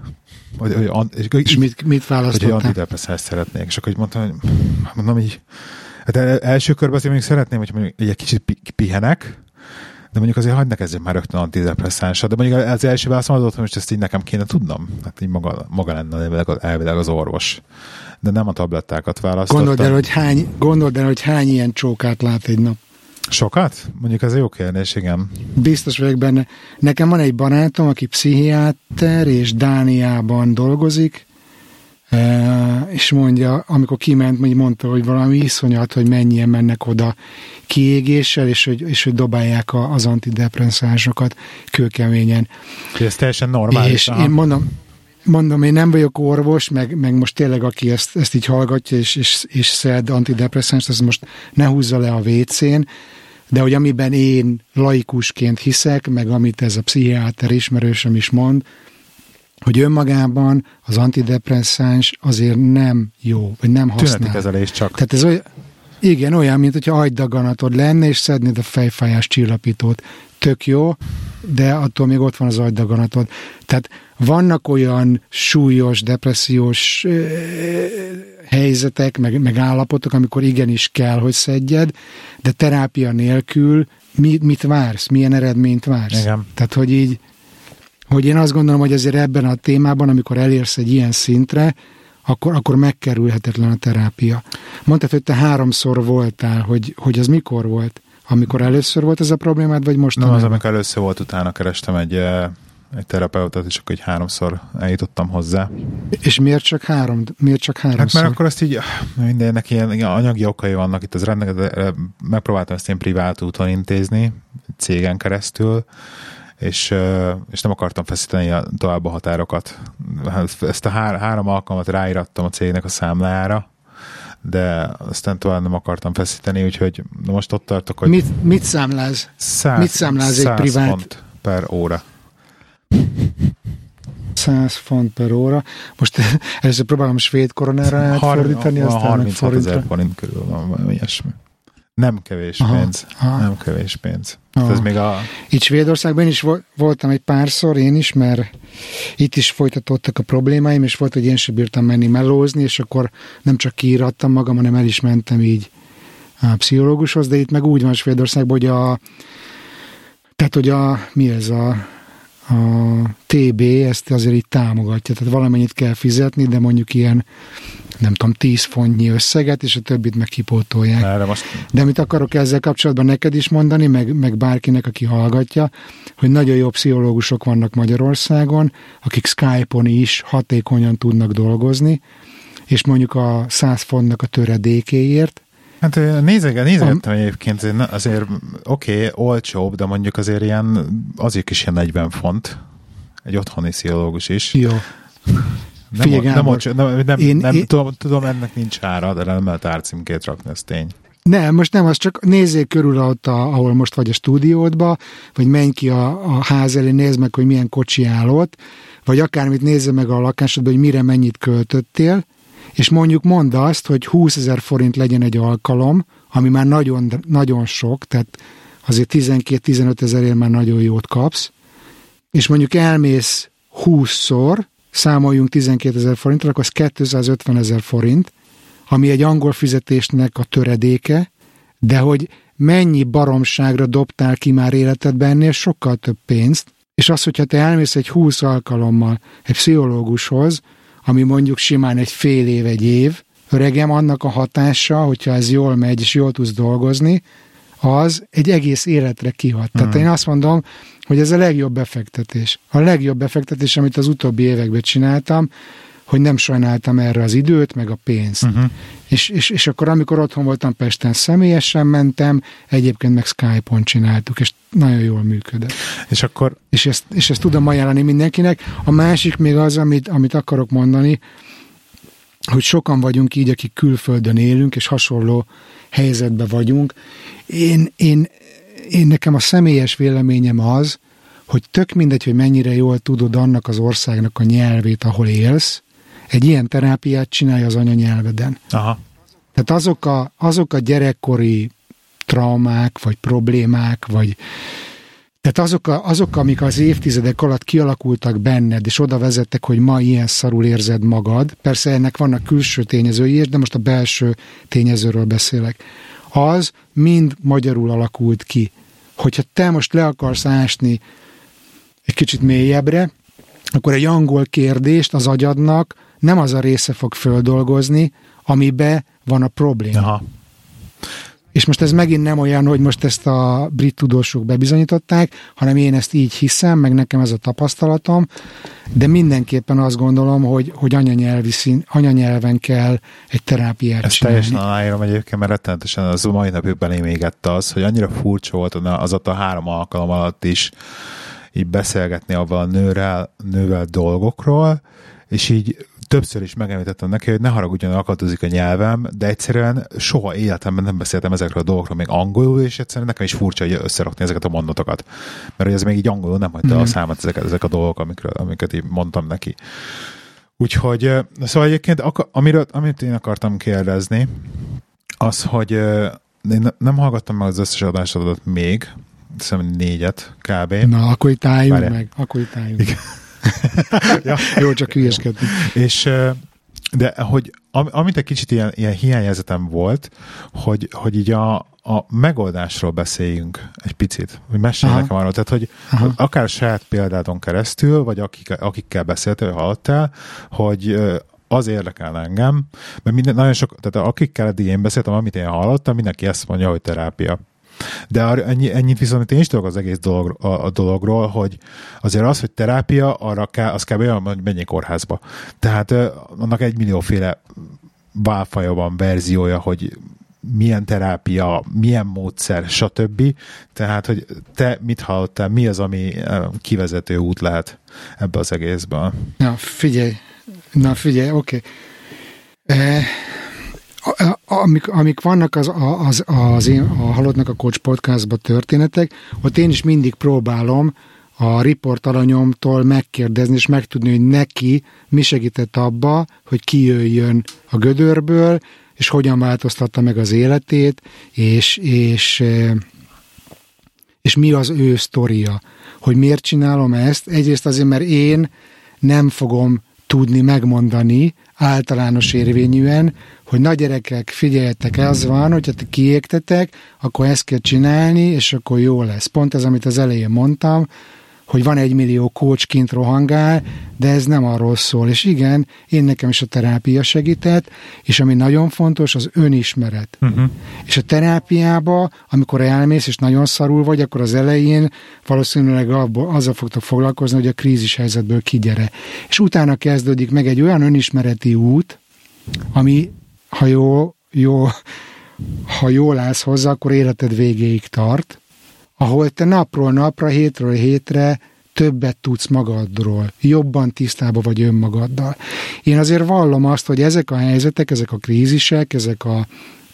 És mit választották? Hogy antidepresszást szeretnék. És akkor így mondtam így, hát első körben azért mondjuk szeretném, hogy mondjuk egy kicsit pihenek, de mondjuk azért hagyd ne kezdjem már rögtön antidepresszánssal, de mondjuk az első válaszom az volt, hogy most ezt így nekem kéne tudnom. Hát így maga lenne elvileg az orvos. De nem a tablettákat választottam. Gondold el, hogy hány ilyen csókát lát egy nap. Sokat? Mondjuk ez egy jó kérdés, igen. Biztos vagyok benne. Nekem van egy barátom, aki pszichiáter, és Dániában dolgozik, és mondja, amikor kiment, mondta, hogy valami iszonyat, hogy mennyien mennek oda kiégéssel, és hogy dobálják az antidepresszánsokat kőkeményen. Ez teljesen normális. És én mondom, én nem vagyok orvos, meg most tényleg, aki ezt így hallgatja, és szed antidepresszánst, az most ne húzza le a WC-n, de hogy amiben én laikusként hiszek, meg amit ez a pszichiáter ismerősöm is mond, hogy önmagában az antidepresszáns azért nem jó, vagy nem használ. Tünetikezelés csak. Tehát ez olyan, mint hogyha agydaganatod lenne, és szednéd a fejfájás csillapítót. Tök jó, de attól még ott van az agydaganatod. Tehát vannak olyan súlyos, depressziós helyzetek, meg állapotok, amikor igenis kell, hogy szedjed, de terápia nélkül mit vársz? Milyen eredményt vársz? Igen. Tehát, hogy én azt gondolom, hogy azért ebben a témában, amikor elérsz egy ilyen szintre, akkor megkerülhetetlen a terápia. Mondtad, hogy te 3-szor voltál, hogy az mikor volt? Amikor először volt ez a problémád, vagy most? Nem, az, amikor először volt, utána kerestem egy terapeutat, és akkor 3-szor eljutottam hozzá. És miért csak 3-szor? Hát mert akkor azt így, mindennek ilyen anyagi okai vannak itt, az megpróbáltam ezt ilyen privát úton intézni, cégen keresztül, és nem akartam feszíteni tovább a határokat. Ezt a 3 alkalmat ráírattam a cégnek a számlájára, de aztán tovább nem akartam feszíteni, úgyhogy most ott tartok, hogy... Mit számláz? Mit számláz egy privát? 100 font per óra. 100 font per óra. Most először próbálom svéd koronára átfordítani, aztán 36 000 forint körül van, ilyesmi. Nem kevés pénz. Nem kevés pénz. Ez még Itt Svédországban is voltam egy párszor, én is, mert itt is folytatottak a problémáim, és volt, hogy én sem bírtam menni melózni, és akkor nem csak kiírattam magam, hanem el is mentem így a pszichológushoz, de itt meg úgy van Svédországban, hogy mi ez a TB ezt azért így támogatja, tehát valamennyit kell fizetni, de mondjuk ilyen, nem tudom, 10 fontnyi összeget, és a többit meg kipótolják. De amit akarok ezzel kapcsolatban neked is mondani, meg bárkinek, aki hallgatja, hogy nagyon jó pszichológusok vannak Magyarországon, akik Skype-on is hatékonyan tudnak dolgozni, és mondjuk a 100 fontnak a töredékéért, Hát nézegettem egyébként, azért oké, olcsóbb, de mondjuk azért azért is ilyen 40 font. Egy otthoni pszichológus is. Jó. Nem tudom, ennek nincs ára, de nem lehet árcímkét rakni, ez tény. Nem, most nem, az csak nézzél körül ott, ahol most vagy a stúdiódba, vagy menj ki a ház elé, nézd meg, hogy milyen kocsi áll ott, vagy akármit nézze meg a lakásodban, hogy mire mennyit költöttél, és mondjuk mondd azt, hogy 20 000 forint legyen egy alkalom, ami már nagyon, nagyon sok, tehát azért 12-15 000 már nagyon jót kapsz, és mondjuk elmész 20-szor, számoljunk 12 000 forintra, akkor az 250 000 forint, ami egy angol fizetésnek a töredéke, de hogy mennyi baromságra dobtál ki már életedben, ennél sokkal több pénzt, és az, hogyha te elmész egy 20 alkalommal egy pszichológushoz, ami mondjuk simán egy fél év, egy év, öregem, annak a hatása, hogyha ez jól megy, és jól tudsz dolgozni, az egy egész életre kihat. Tehát én azt mondom, hogy ez a legjobb befektetés. A legjobb befektetés, amit az utóbbi években csináltam, hogy nem sajnáltam erre az időt, meg a pénzt. És akkor, amikor otthon voltam Pesten, személyesen mentem, egyébként meg Skype-on csináltuk, és nagyon jól működött. És ezt tudom ajánlani mindenkinek. A másik még az, amit akarok mondani, hogy sokan vagyunk így, akik külföldön élünk, és hasonló helyzetben vagyunk. Én nekem a személyes véleményem az, hogy tök mindegy, hogy mennyire jól tudod annak az országnak a nyelvét, ahol élsz, egy ilyen terápiát csinálj az anyanyelveden. Aha. Tehát azok a gyerekkori traumák, vagy problémák, vagy tehát azok, amik az évtizedek alatt kialakultak benned, és oda vezettek, hogy ma ilyen szarul érzed magad, persze ennek vannak külső tényezői is, de most a belső tényezőről beszélek, az mind magyarul alakult ki. Hogyha te most le akarsz ásni egy kicsit mélyebbre, akkor egy angol kérdést az agyadnak nem az a része fog földolgozni, amiben van a probléma. Aha. És most ez megint nem olyan, hogy most ezt a brit tudósok bebizonyították, hanem én ezt így hiszem, meg nekem ez a tapasztalatom, de mindenképpen azt gondolom, hogy anyanyelven kell egy terápiát ezt csinálni. Teljesen aláírom egyébként, mert rettenetesen az mai napig belém égett az, hogy annyira furcsa volt az ott a 3 alkalom alatt is így beszélgetni avval a nővel dolgokról, és így többször is megemlítettem neki, hogy ne haragudjon, akadozik a nyelvem, de egyszerűen soha életemben nem beszéltem ezekről a dolgokról még angolul, és egyszerűen nekem is furcsa, hogy összerakni ezeket a mondatokat. Mert hogy ez még így angolul nem hagyta a számat ezek a dolgok, amiket így mondtam neki. Úgyhogy, szóval egyébként, amit én akartam kérdezni, az, hogy én nem hallgattam meg az összes adásodat még, hiszem 4-et kb. Na, akkor itt álljunk meg. Ja. Jó, csak hülyeskedni. És de hogy amit egy kicsit ilyen hiányérzetem volt, hogy így a megoldásról beszéljünk egy picit, hogy mesélj nekem arról, tehát hogy akár a saját példádon keresztül, vagy akikkel beszéltél, vagy hallottál, hogy az érdekel engem, mert nagyon sok, tehát akikkel eddig én beszéltem, amit én hallottam, mindenki ezt mondja, hogy terápia. De ennyit viszont én is tudok az egész dologról, hogy azért az, hogy terápia, arra kell, az kb. Olyan, hogy menjél kórházba. Tehát annak 1 millióféle válfaja van, verziója, hogy milyen terápia, milyen módszer, stb. Tehát, hogy te mit hallottál, mi az, ami kivezető út lehet ebbe az egészben? Na, figyelj, oké. Amik vannak az én, a Halottnak a Coach podcastban történetek, ott én is mindig próbálom a riportalanyomtól megkérdezni, és megtudni, hogy neki mi segített abba, hogy kijöjjön a gödörből, és hogyan változtatta meg az életét, és mi az ő sztoria. Hogy miért csinálom ezt? Egyrészt azért, mert én nem fogom tudni megmondani általános érvényűen, hogy na gyerekek, figyeljetek, az van, hogyha te kiégtetek, akkor ezt kell csinálni, és akkor jó lesz. Pont ez, amit az elején mondtam, hogy van 1 millió coach kint rohangál, de ez nem arról szól. És igen, nekem is a terápia segített, és ami nagyon fontos, az önismeret. És a terápiába, amikor elmész, és nagyon szarul vagy, akkor az elején valószínűleg azzal fogtok foglalkozni, hogy a krízis helyzetből kigyere. És utána kezdődik meg egy olyan önismereti út, ami, ha ha jól állsz hozzá, akkor életed végéig tart, ahol te napról napra, hétről hétre többet tudsz magadról, jobban tisztában vagy önmagaddal. Én azért vallom azt, hogy ezek a helyzetek, ezek a krízisek, ezek a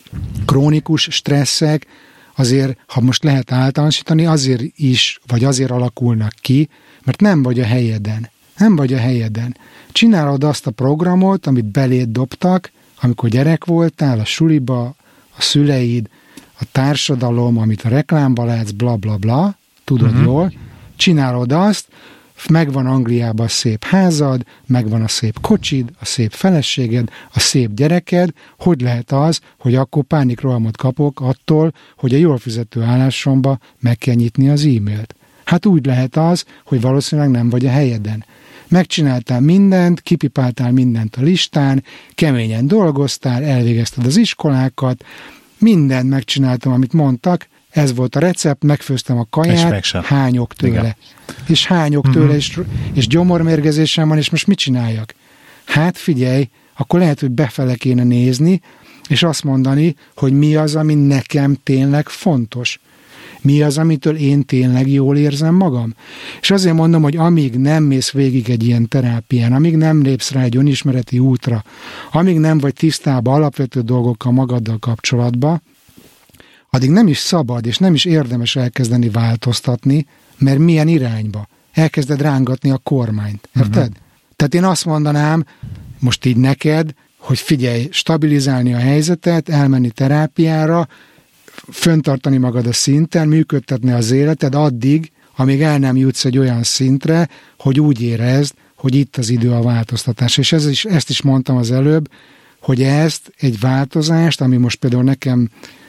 krónikus stresszek azért, ha most lehet általánosítani, azért is, vagy azért alakulnak ki, mert nem vagy a helyeden. Nem vagy a helyeden. Csinálod azt a programot, amit beléd dobtak, amikor gyerek voltál, a suliba, a szüleid, a társadalom, amit a reklámban látsz, bla bla bla, tudod jól, csinálod azt, megvan Angliában a szép házad, megvan a szép kocsid, a szép feleséged, a szép gyereked, hogy lehet az, hogy akkor pánikrohamot kapok attól, hogy a jól fizető állásomba meg kell nyitni az e-mailt. Hát úgy lehet az, hogy valószínűleg nem vagy a helyeden. Megcsináltál mindent, kipipáltál mindent a listán, keményen dolgoztál, elvégezted az iskolákat, mindent megcsináltam, amit mondtak, ez volt a recept, megfőztem a kaját, hányok tőle. Igen. És hányok tőle, és gyomormérgezésem van, és most mit csináljak? Hát figyelj, akkor lehet, hogy befele kéne nézni, és azt mondani, hogy mi az, ami nekem tényleg fontos. Mi az, amitől én tényleg jól érzem magam? És azért mondom, hogy amíg nem mész végig egy ilyen terápián, amíg nem lépsz rá egy önismereti útra, amíg nem vagy tisztában alapvető dolgokkal magaddal kapcsolatba, addig nem is szabad, és nem is érdemes elkezdeni változtatni, mert milyen irányba? Elkezded rángatni a kormányt. Érted? Tehát én azt mondanám, most így neked, hogy figyelj, stabilizálni a helyzetet, elmenni terápiára, föntartani magad a szinten, működtetni az életed addig, amíg el nem jutsz egy olyan szintre, hogy úgy érezd, hogy itt az idő a változtatás. És ezt is mondtam az előbb, hogy ezt egy változást, ami most például nekem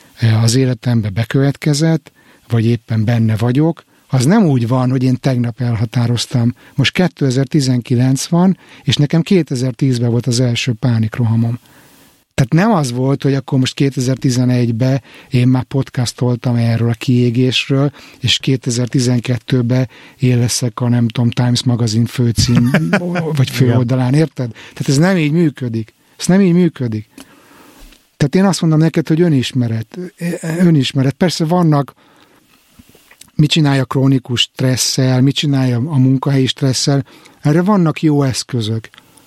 az életembe bekövetkezett, vagy éppen benne vagyok, az nem úgy van, hogy én tegnap elhatároztam. Most 2019 van, és nekem 2010-ben volt az első pánikrohamom. Tehát nem az volt, hogy akkor most 2011-ben én már podcastoltam erről a kiégésről, és 2012-ben én leszek a, nem tudom, Times Magazine főcím, vagy főoldalán, érted? Tehát ez nem így működik. Ez nem így működik. Tehát én azt mondom neked, hogy önismeret. Persze vannak, mit csinálja krónikus stresszel, mit csinálja a munkahelyi stresszel, erre vannak jó eszközök.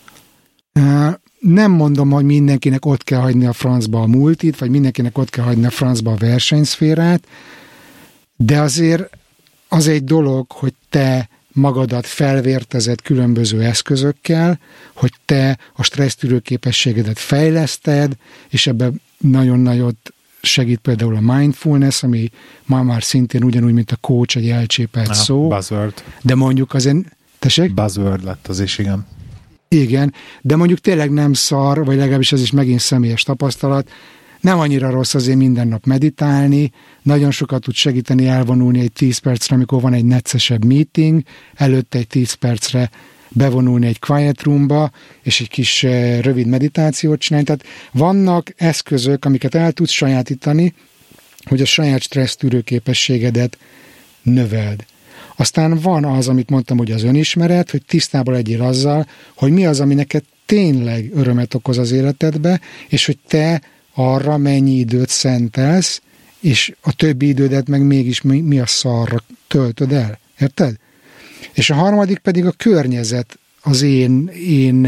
Nem mondom, hogy mindenkinek ott kell hagyni a francba a multit, vagy mindenkinek ott kell hagyni a francba a versenyszférát, de azért az egy dolog, hogy te magadat felvértezed különböző eszközökkel, hogy te a stressztűrő képességedet fejleszted, és ebben nagyon nagyot segít például a mindfulness, ami ma már szintén ugyanúgy, mint a coach, egy elcsépelt szó. Buzzword. De mondjuk azért... Tessék? Buzzword lett az is, igen. Igen, de mondjuk tényleg nem szar, vagy legalábbis ez is megint személyes tapasztalat, nem annyira rossz azért minden nap meditálni, nagyon sokat tud segíteni elvonulni egy 10 percre, amikor van egy neccesebb meeting, előtte egy 10 percre bevonulni egy quiet roomba, és egy kis rövid meditációt csinálni. Tehát vannak eszközök, amiket el tudsz sajátítani, hogy a saját stressztűrő képességedet növeld. Aztán van az, amit mondtam, hogy az önismeret, hogy tisztában legyél azzal, hogy mi az, ami neked tényleg örömet okoz az életedbe, és hogy te arra mennyi időt szentelsz, és a többi idődet meg mégis mi a szarra töltöd el. Érted? És a harmadik pedig a környezet az én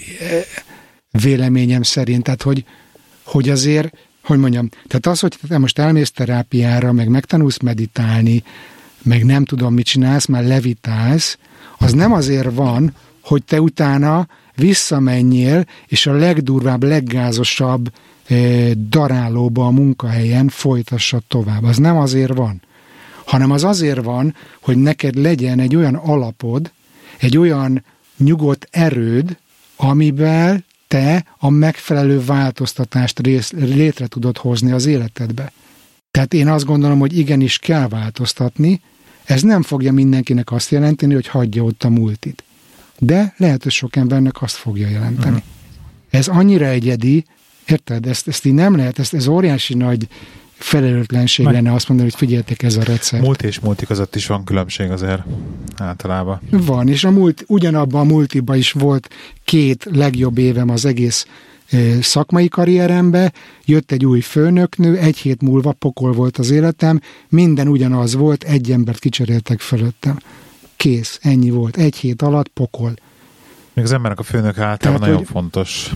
véleményem szerint. Tehát, hogy azért, hogy mondjam, tehát az, hogy te most elmész terápiára, meg megtanulsz meditálni, meg nem tudom, mit csinálsz, már levitálsz, az nem azért van, hogy te utána visszamenjél, és a legdurvább, leggázosabb darálóba a munkahelyen folytassad tovább. Az nem azért van, hanem az azért van, hogy neked legyen egy olyan alapod, egy olyan nyugodt erőd, amivel te a megfelelő változtatást létre tudod hozni az életedbe. Tehát én azt gondolom, hogy igenis kell változtatni, ez nem fogja mindenkinek azt jelenteni, hogy hagyja ott a multit. De lehet, hogy sok embernek azt fogja jelenteni. Ez annyira egyedi, érted? Ezt így nem lehet, ez óriási nagy felelőtlenség lenne azt mondani, hogy figyeljetek, ez a recept. Multi és multi között is van különbség azért általában. Van, és ugyanabban a multiban is volt 2 legjobb évem az egész szakmai karrierembe, jött egy új főnöknő, 1 hét múlva pokol volt az életem, minden ugyanaz volt, egy embert kicseréltek fölöttem. Kész, ennyi volt. 1 hét alatt pokol. Még az embernek a főnök általában nagyon fontos.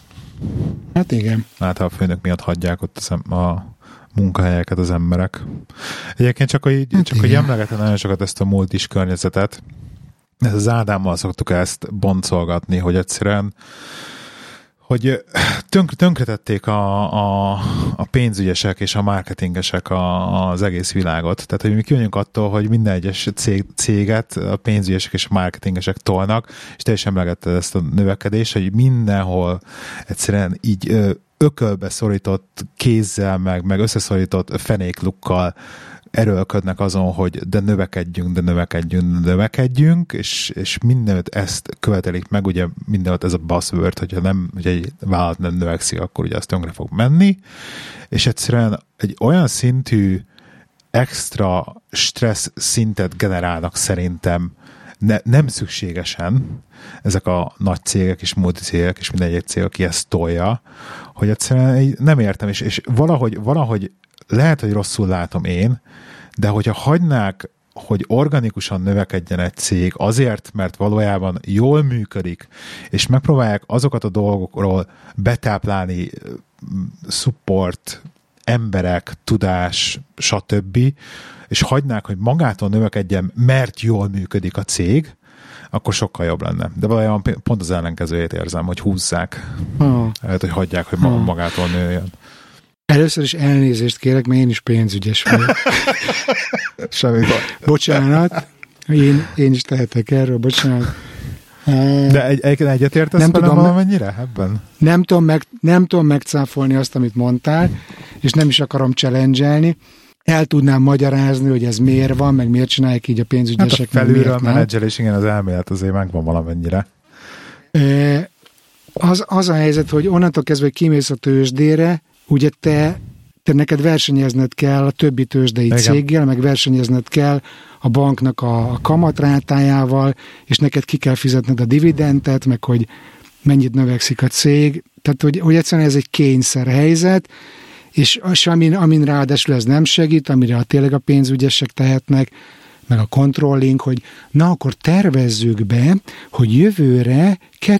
Hát igen. Általában a főnök miatt hagyják ott a munkahelyeket az emberek. Egyébként csak hogy emlegetem nagyon sokat ezt a multis környezetet. Ez az Ádámmal szoktuk ezt boncolgatni, hogy egyszerűen hogy tönkretették a pénzügyesek és a marketingesek az egész világot. Tehát, hogy mi kijönjünk attól, hogy minden egyes céget a pénzügyesek és a marketingesek tolnak, és te is emlegetted ezt a növekedést, hogy mindenhol egyszerűen így ökölbe szorított kézzel, meg összeszorított fenéklukkal erőlködnek azon, hogy de növekedjünk, és mindenütt ezt követelik meg, ugye mindenütt ez a buzzword, hogy egy vállalat nem növekszik, akkor ugye az tönkre fog menni, és egyszerűen egy olyan szintű extra stressz szintet generálnak szerintem nem szükségesen ezek a nagy cégek és multicégek és minden egyik cég, aki ezt tolja, hogy egyszerűen nem értem, és valahogy lehet, hogy rosszul látom én, de hogyha hagynák, hogy organikusan növekedjen egy cég azért, mert valójában jól működik, és megpróbálják azokat a dolgokról betáplálni support, emberek, tudás, stb., és hagynák, hogy magától növekedjen, mert jól működik a cég, akkor sokkal jobb lenne. De valójában pont az ellenkezőjét érzem, hogy húzzák. Lehet, hogy hagyják, hogy magától nőjön. Először is elnézést kérek, mert én is pénzügyes vagyok. Semmi baj. Bocsánat, én is tehetek erről, bocsánat. De egyetértesz velem valamennyire ebben? Nem tudom megcáfolni azt, amit mondtál, és nem is akarom challenge-elni. El tudnám magyarázni, hogy ez miért van, meg miért csinálják így a pénzügyesek. Hát a felülről a menedzselés, igen, az elmélet azért megvan valamennyire. Az a helyzet, hogy onnantól kezdve, hogy kimész a tőzsdére, ugye te neked versenyezned kell a többi tőzsdei céggel, meg versenyezned kell a banknak a kamatrátájával, és neked ki kell fizetned a dividendet, meg hogy mennyit növekszik a cég. Tehát, hogy egyszerűen ez egy kényszerhelyzet, és amin ráadásul ez nem segít, amire tényleg a pénzügyesek tehetnek, meg a controlling, hogy na akkor tervezzük be, hogy jövőre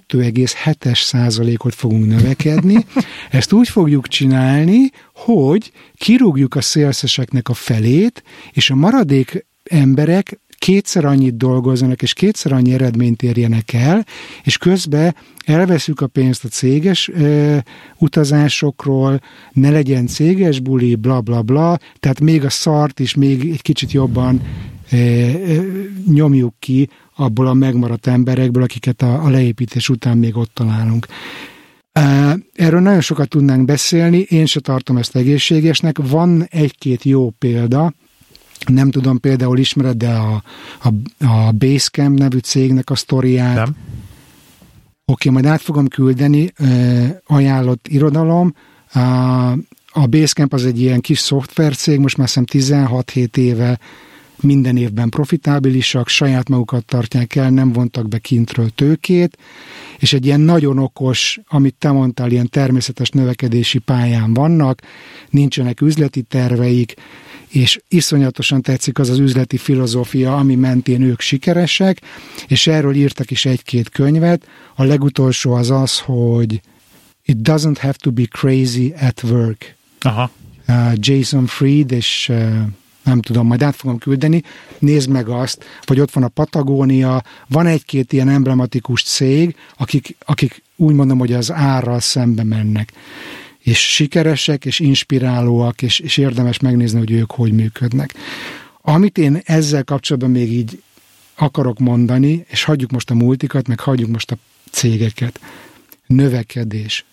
2,7% fogunk növekedni. Ezt úgy fogjuk csinálni, hogy kirúgjuk a szélszeseknek a felét, és a maradék emberek 2-szer annyit dolgozzanak, és 2-szer annyi eredményt érjenek el, és közben elveszük a pénzt a céges utazásokról, ne legyen céges buli, bla bla bla, tehát még a szart is még egy kicsit jobban nyomjuk ki abból a megmaradt emberekből, akiket a leépítés után még ott találunk. Erről nagyon sokat tudnánk beszélni, én se tartom ezt egészségesnek. Van egy-két jó példa, nem tudom, például ismered, de a Basecamp nevű cégnek a sztoriát. Nem. Oké, majd át fogom küldeni, ajánlott irodalom. A Basecamp az egy ilyen kis szoftvercég, most már hiszem 16-17 éve minden évben profitábilisak, saját magukat tartják el, nem vontak be kintről tőkét, és egy ilyen nagyon okos, amit te mondtál, ilyen természetes növekedési pályán vannak, nincsenek üzleti terveik, és iszonyatosan tetszik az üzleti filozófia, ami mentén ők sikeresek, és erről írtak is 1-2 könyvet. A legutolsó az, hogy It doesn't have to be crazy at work. Aha. Jason Fried, és nem tudom, majd át fogom küldeni, nézd meg azt, vagy ott van a Patagónia, van 1-2 ilyen emblematikus cég, akik úgy mondom, hogy az árral szembe mennek, és sikeresek, és inspirálóak, és érdemes megnézni, hogy ők hogy működnek. Amit én ezzel kapcsolatban még így akarok mondani, és hagyjuk most a multikat, meg hagyjuk most a cégeket. Növekedés.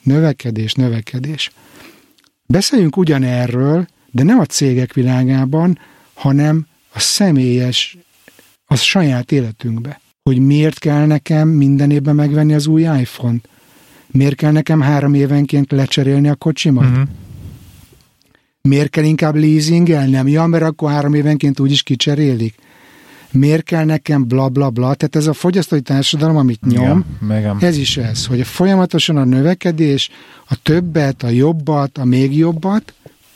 Beszéljünk ugyanerről, de nem a cégek világában, hanem a személyes, a saját életünkbe. Hogy miért kell nekem minden évben megvenni az új iPhone-t? Miért kell nekem 3 évenként lecserélni a kocsimat? Uh-huh. Miért kell inkább leasingelnem? Ja, mert akkor 3 évenként úgyis kicserélik. miért kell nekem bla bla bla, tehát ez a fogyasztói társadalom, amit nyom, igen. Ez is ez, hogy folyamatosan a növekedés, a többet, a jobbat, a még jobbat,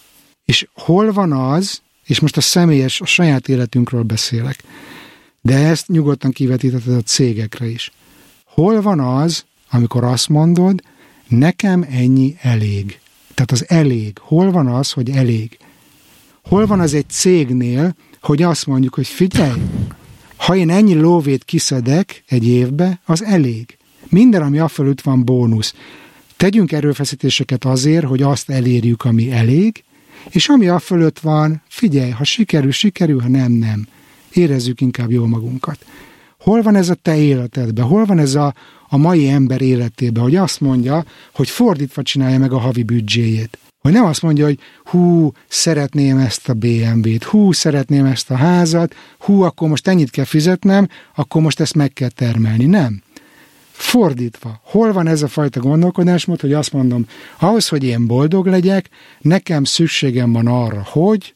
és hol van az, és most a saját életünkről beszélek, de ezt nyugodtan kivetítheted a cégekre is. Hol van az, amikor azt mondod, nekem ennyi elég. Tehát az elég. Hol van az, hogy elég? Hol van az egy cégnél, hogy azt mondjuk, hogy figyelj, ha én ennyi lóvét kiszedek egy évbe, az elég. Minden, ami afölött van, bónusz. Tegyünk erőfeszítéseket azért, hogy azt elérjük, ami elég, és ami afölött van, figyelj, ha sikerül, ha nem. Érezzük inkább jól magunkat. Hol van ez a te életedben? Hol van ez a mai ember életében, hogy azt mondja, hogy fordítva csinálja meg a havi büdzséjét? Hogy nem azt mondja, hogy szeretném ezt a BMW-t, szeretném ezt a házat, akkor most ennyit kell fizetnem, akkor most ezt meg kell termelni. Nem. Fordítva. Hol van ez a fajta gondolkodásmód, hogy azt mondom, ahhoz, hogy én boldog legyek, nekem szükségem van arra, hogy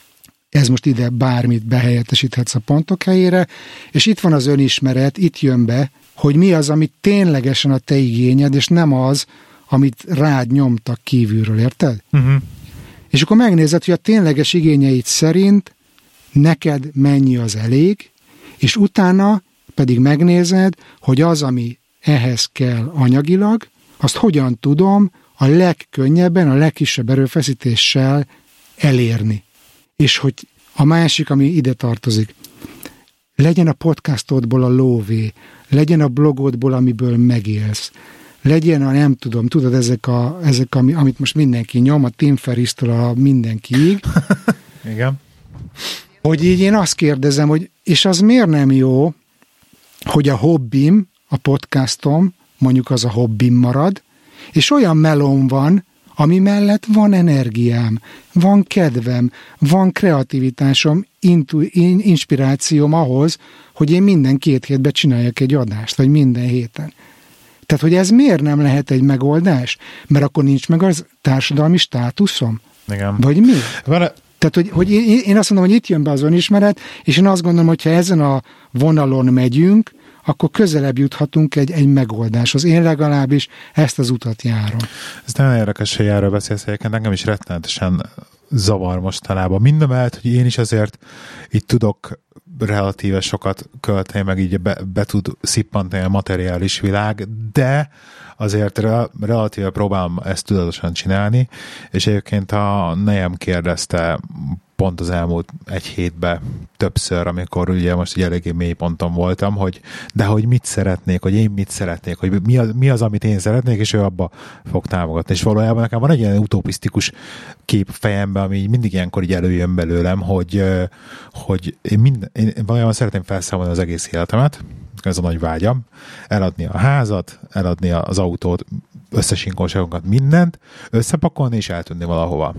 ez most ide bármit behelyettesíthetsz a pontok helyére, és itt van az önismeret, itt jön be, hogy mi az, amit ténylegesen a te igényed, és nem az, amit rád nyomtak kívülről, érted? Uh-huh. És akkor megnézed, hogy a tényleges igényeid szerint neked mennyi az elég, és utána pedig megnézed, hogy az, ami ehhez kell anyagilag, azt hogyan tudom a legkönnyebben, a legkisebb erőfeszítéssel elérni. És hogy a másik, ami ide tartozik, legyen a podcastodból a lóvé, legyen a blogodból, amiből megélsz, legyen a nem tudom, tudod, ezek amit most mindenki nyom, a Tim Ferriss-től a mindenkiig. Igen. Hogy így én azt kérdezem, hogy és az miért nem jó, hogy a hobbim, a podcastom, mondjuk az a hobbim marad, és olyan melóm van, ami mellett van energiám, van kedvem, van kreativitásom, inspirációm ahhoz, hogy én minden 2 hétben csináljak egy adást, vagy minden héten. Tehát, hogy ez miért nem lehet egy megoldás? Mert akkor nincs meg az társadalmi státuszom? Igen. Vagy mi? Tehát, hogy én azt mondom, hogy itt jön be az önismeret, és én azt gondolom, hogy ha ezen a vonalon megyünk, akkor közelebb juthatunk egy megoldáshoz. Én legalábbis ezt az utat járom. Ez nagyon érdekes, hogy erről beszélsz, egyébként engem is rettenetesen zavar mostanában. Mindemellett, hogy én is azért itt tudok relatíve sokat költeni, meg így be tud szippantani a materiális világ, de azért relatíve próbálom ezt tudatosan csinálni, és egyébként a nejem kérdezte pont az elmúlt 1 hétben többször, amikor ugye most egy eléggé mély ponton voltam, hogy mit szeretnék, hogy én mit szeretnék, hogy mi az, amit én szeretnék, és ő abba fog támogatni. És valójában nekem van egy ilyen utopisztikus kép fejemben, ami mindig ilyenkor így előjön belőlem, hogy én valójában szeretném felszámolni az egész életemet, ez a nagy vágyam, eladni a házat, eladni az autót, összesinkolságokat, mindent, összepakolni és eltűnni valahova.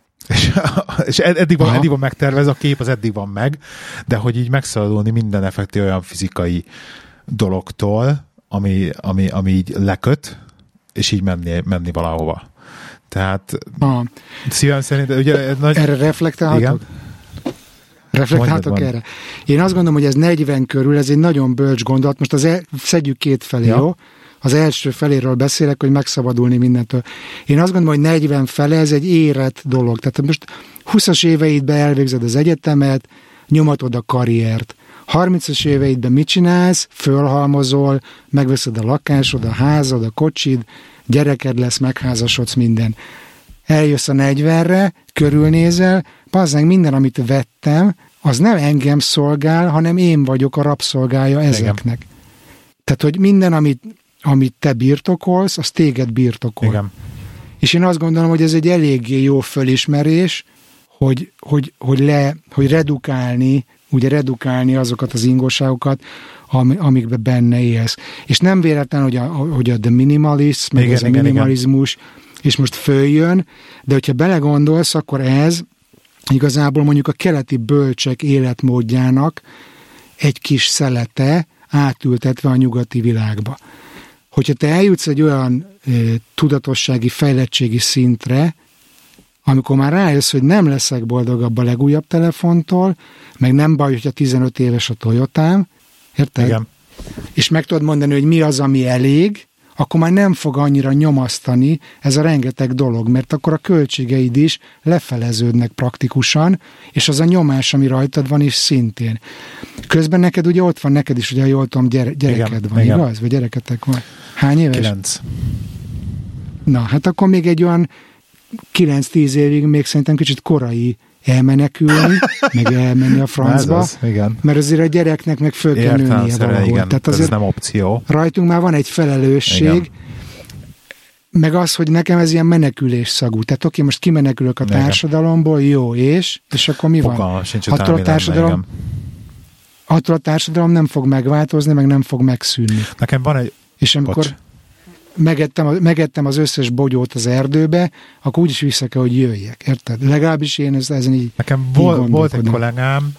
És eddig van megtervez, a kép az eddig van meg, de hogy így megszabadulni minden effektív olyan fizikai dologtól, ami így leköt, és így menni valahova. Tehát szívem szerint... Ugye, erre reflektálhatok? Igen? Reflektálhatok erre? Én azt gondolom, hogy ez 40 körül, ez egy nagyon bölcs gondolat. Most szedjük 2 felé, jó? Az első feléről beszélek, hogy megszabadulni mindentől. Én azt gondolom, hogy 40 fele ez egy érett dolog. Tehát most 20-as éveidben elvégzed az egyetemet, nyomatod a karriert. 30-as éveidben mit csinálsz? Fölhalmozol, megveszed a lakásod, a házad, a kocsid, gyereked lesz, megházasodsz, minden. Eljössz a 40-re, körülnézel, bazzánk, minden, amit vettem, az nem engem szolgál, hanem én vagyok a rabszolgája ezeknek. Igen. Tehát, hogy minden, amit te birtokolsz, az téged birtokol. Igen. És én azt gondolom, hogy ez egy eléggé jó fölismerés, hogy redukálni azokat az ingóságokat, amikben benne élsz. És nem véletlen, hogy a minimalism, meg ez a minimalizmus, és most följön, de hogyha belegondolsz, akkor ez igazából mondjuk a keleti bölcsek életmódjának egy kis szelete átültetve a nyugati világba. Hogyha te eljutsz egy olyan tudatossági, fejlettségi szintre, amikor már rájössz, hogy nem leszek boldogabb a legújabb telefontól, meg nem baj, hogyha 15 éves a Toyotám, érted? Igen. És meg tudod mondani, hogy mi az, ami elég, akkor már nem fog annyira nyomasztani ez a rengeteg dolog, mert akkor a költségeid is lefeleződnek praktikusan, és az a nyomás, ami rajtad van is szintén. Közben neked ugye ott van, neked is, ugye jól tudom, gyereked van, igen. Igaz? Vagy gyereketek van. Hány éves? 9. Na, hát akkor még egy olyan 9-10 évig még szerintem kicsit korai elmenekülni, meg elmenni a francba, igen. mert azért a gyereknek meg föl kell nőnie valahol. Igen. Tehát ez nem opció. Rajtunk már van egy felelősség, igen. Meg az, hogy nekem ez ilyen menekülés szagú. Tehát oké, most kimenekülök a társadalomból, jó, és akkor mi van? Attól a társadalom nem fog megváltozni, meg nem fog megszűnni. Nekem van egy... És amikor megettem az összes bogyót az erdőbe, akkor úgyis vissza kell, hogy jöjjek. Érted? Legalábbis én ezen így nekem volt egy kollégám,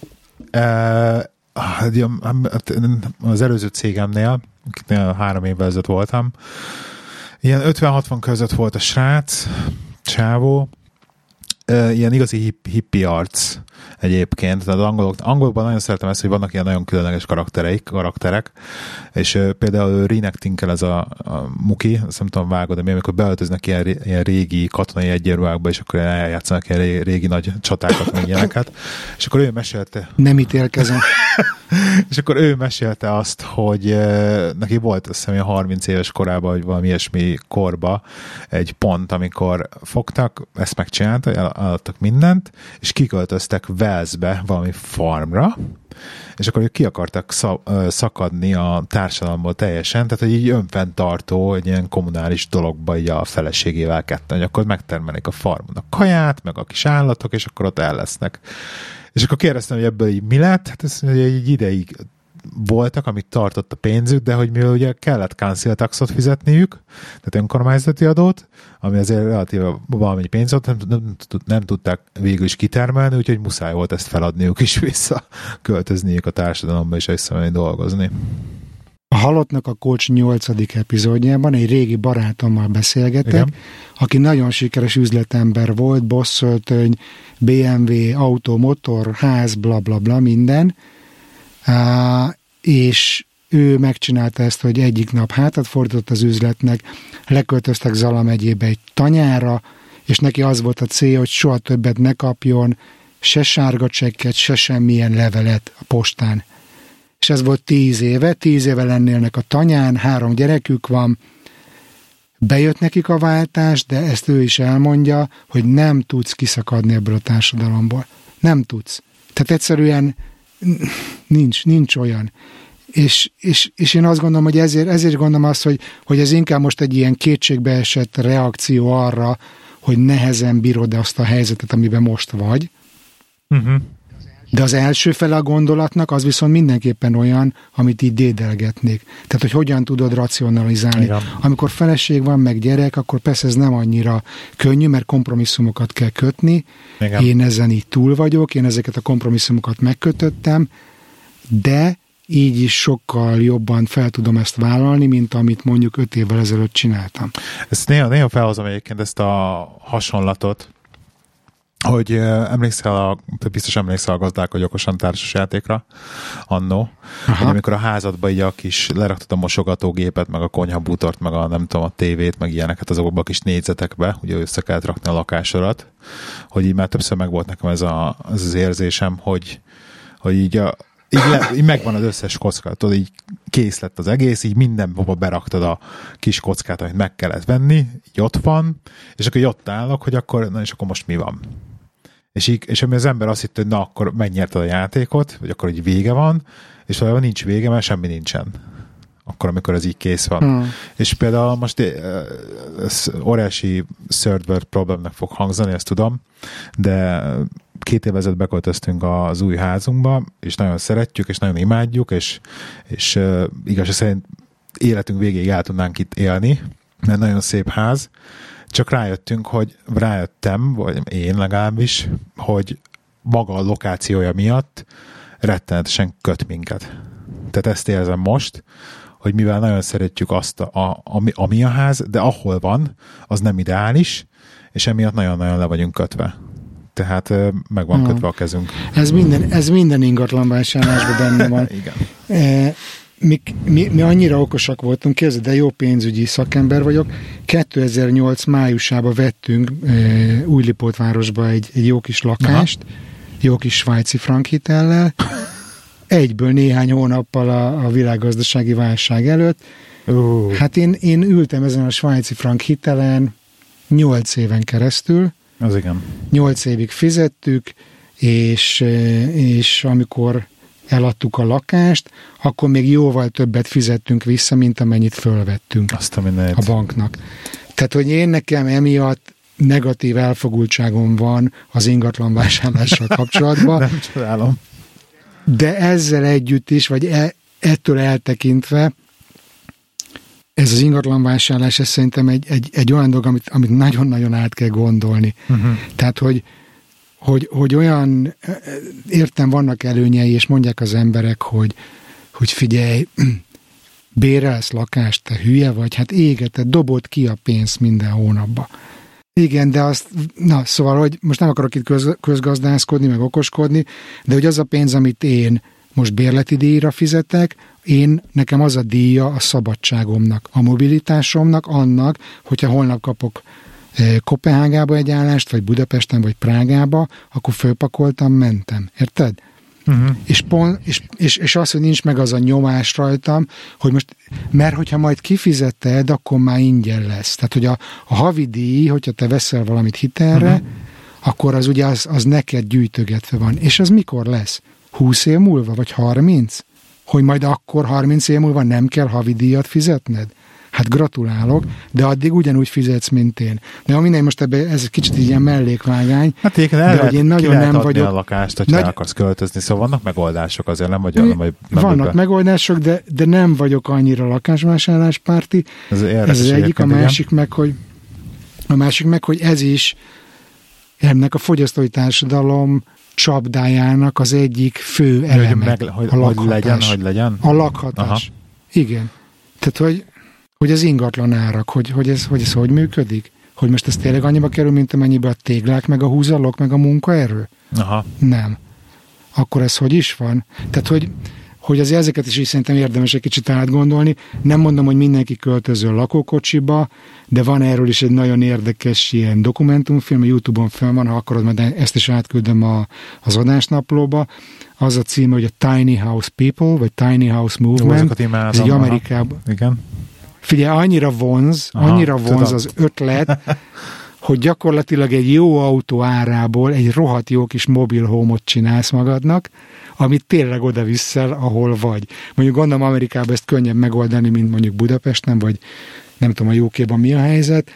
az előző cégemnél, akiknél 3 évvel ezelőtt voltam, ilyen 50-60 között volt a srác, csávó, ilyen igazi hippi arc egyébként. Tehát angolokban nagyon szeretem ezt, hogy vannak ilyen nagyon különleges karakterek, és például reenacting-kel ez a Muki, azt nem tudom, vágod, de amikor beöltöznek ilyen régi katonai egyenruhákba, és akkor eljátszanak ilyen régi nagy csatákat, meg ilyeneket, és akkor ő mesélte... Nem ítélkezem. És akkor ő mesélte azt, hogy neki volt azt hiszem 30 éves korában, vagy valami ilyesmi korba egy pont, amikor fogtak, ezt megcsináltak, eladtak mindent, és kiköltöztek Walesbe valami farmra, és akkor ők ki akartak szakadni a társadalomból teljesen, tehát hogy így önfenntartó, egy ilyen kommunális dologba így a feleségével ketten, hogy akkor megtermelik a farmon a kaját, meg a kis állatok, és akkor ott el lesznek. És akkor kérdeztem, hogy ebből így mi lett? Hát ez egy ideig voltak, amit tartott a pénzük, de hogy mivel ugye kellett council taxot fizetniük, tehát önkormányzati adót, ami azért relatíve valamennyi pénz volt, nem tudták végül is kitermelni, úgyhogy muszáj volt ezt feladniuk is vissza, költözniük a társadalomba és visszamenni dolgozni. A Halottnak a Coach 8. epizódjában egy régi barátommal beszélgetek, igen, aki nagyon sikeres üzletember volt, bosszöltöny, BMW, autó, motor, ház, bla bla bla, minden, és ő megcsinálta ezt, hogy egyik nap hátat fordított az üzletnek, leköltöztek Zala megyébe egy tanyára, és neki az volt a cél, hogy soha többet ne kapjon se sárga csekket, se semmilyen levelet a postán. És ez volt 10 éve, 10 éve lennének a tanyán, 3 gyerekük van, bejött nekik a váltás, de ezt ő is elmondja, hogy nem tudsz kiszakadni ebből a társadalomból. Nem tudsz. Tehát egyszerűen nincs olyan. És én azt gondolom, hogy ezért gondolom azt, hogy ez inkább most egy ilyen kétségbeesett reakció arra, hogy nehezen bírod azt a helyzetet, amiben most vagy. Uh-huh. De az első fele a gondolatnak az viszont mindenképpen olyan, amit így dédelgetnék. Tehát, hogy hogyan tudod racionalizálni. Igen. Amikor feleség van, meg gyerek, akkor persze ez nem annyira könnyű, mert kompromisszumokat kell kötni. Igen. Én ezen így túl vagyok, én ezeket a kompromisszumokat megkötöttem, de így is sokkal jobban fel tudom ezt vállalni, mint amit mondjuk 5 évvel ezelőtt csináltam. Ezt néha felhozom egyébként ezt a hasonlatot, hogy biztos emlékszel a Gazdálkodj okosan társasjátékra annó, hogy amikor a házadba így a kis leraktad a mosogatógépet, meg a konyhabútort, meg a nem tudom, a tévét, meg ilyeneket azokba a kis négyzetekbe, ugye össze kellett rakni a lakásodat, hogy így már többször meg volt nekem ez az érzésem, hogy így így megvan az összes kocka, tudod, így kész lett az egész, így mindenhova beraktad a kis kockát, amit meg kellett venni, így ott van, és akkor ott állok, hogy akkor most mi van? És ami az ember azt hitt, hogy na, akkor megnyerted a játékot, vagy akkor így vége van, és valójában nincs vége, mert semmi nincsen. Akkor, amikor ez így kész van. És például most ez óriási third world problemnek fog hangzani, ezt tudom, de 2 évvel ezelőtt beköltöztünk az új házunkba, és nagyon szeretjük, és nagyon imádjuk, és igazság szerint életünk végéig el tudnánk itt élni, mert nagyon szép ház, csak rájöttem, vagy én legalábbis, hogy maga a lokációja miatt rettenetesen köt minket. Tehát ezt érzem most, hogy mivel nagyon szeretjük azt, ami a ház, de ahol van, az nem ideális, és emiatt nagyon-nagyon le vagyunk kötve. Tehát meg van kötve a kezünk. Ez minden ingatlanvásárlásban benne van. Igen. Mi annyira okosak voltunk, képzeld, de jó pénzügyi szakember vagyok. 2008 májusában vettünk Újlipótvárosba egy jó kis lakást, jó kis svájci frank hitellel, egyből néhány hónappal a világgazdasági válság előtt. Hát én ültem ezen a svájci frank hitelen 8 éven keresztül. Az igen. 8 évig fizettük, és amikor eladtuk a lakást, akkor még jóval többet fizettünk vissza, mint amennyit fölvettünk a banknak. Tehát, hogy én nekem emiatt negatív elfogultságom van az ingatlanvásárlással kapcsolatban. Nem csodálom. De ezzel együtt is, vagy ettől eltekintve, ez az ingatlanvásárlás, ez szerintem egy olyan dolog, amit nagyon-nagyon át kell gondolni. Tehát, hogy olyan, értem, vannak előnyei, és mondják az emberek, hogy figyelj, bérelsz lakást, te hülye vagy, hát égeted, dobod ki a pénzt minden hónapba. Igen, de azt, szóval, hogy most nem akarok itt közgazdászkodni, meg okoskodni, de hogy az a pénz, amit én most bérleti díjra fizetek, nekem az a díja a szabadságomnak, a mobilitásomnak, annak, hogyha holnap kapok Koppenhágába egy állást, vagy Budapesten, vagy Prágába, akkor fölpakoltam, mentem. Érted? És az, hogy nincs meg az a nyomás rajtam, hogy most, mert hogyha majd kifizeted, akkor már ingyen lesz. Tehát, hogy a havidíj, hogyha te veszel valamit hitelre, akkor az ugye az neked gyűjtögetve van. És az mikor lesz? 20 év múlva, vagy 30? Hogy majd akkor 30 év múlva nem kell havidíjat fizetned? Hát gratulálok, de addig ugyanúgy fizetsz, mint én. De ha minden most ez egy kicsit ilyen mellékvágány. Hát de hogy én nagyon nem vagyok a lakást, hogyha el akarsz költözni, szóval vannak megoldások azért, nem vagy vannak megoldások, de nem vagyok annyira lakásvásárláspárti. Ez az egyik, a másik meg, hogy ez is ennek a fogyasztói társadalom csapdájának az egyik fő eleme. Hogy legyen? A lakhatás. Aha. Igen. Tehát, hogy az ingatlan árak, hogy ez hogy működik? Hogy most ez tényleg annyiba kerül, mint amennyibe a téglák, meg a húzalok, meg a munkaerő? Aha. Nem. Akkor ez hogy is van? Tehát, hogy azért ezeket is szerintem érdemes egy kicsit átgondolni. Nem mondom, hogy mindenki költöző lakókocsiba, de van erről is egy nagyon érdekes ilyen dokumentumfilm, a YouTube-on fel van, ha akarod, majd ezt is átküldöm az adásnaplóba. Az a címe, hogy a Tiny House People, vagy Tiny House Movement. Ez egy Amerikában. Igen. Figyelj, annyira vonz az ötlet, hogy gyakorlatilag egy jó autó árából egy rohadt jó kis mobil home-ot csinálsz magadnak, amit tényleg oda viszel, ahol vagy. Mondjuk gondolom Amerikában ezt könnyebb megoldani, mint mondjuk Budapesten, vagy nem tudom a UK-ban mi a helyzet,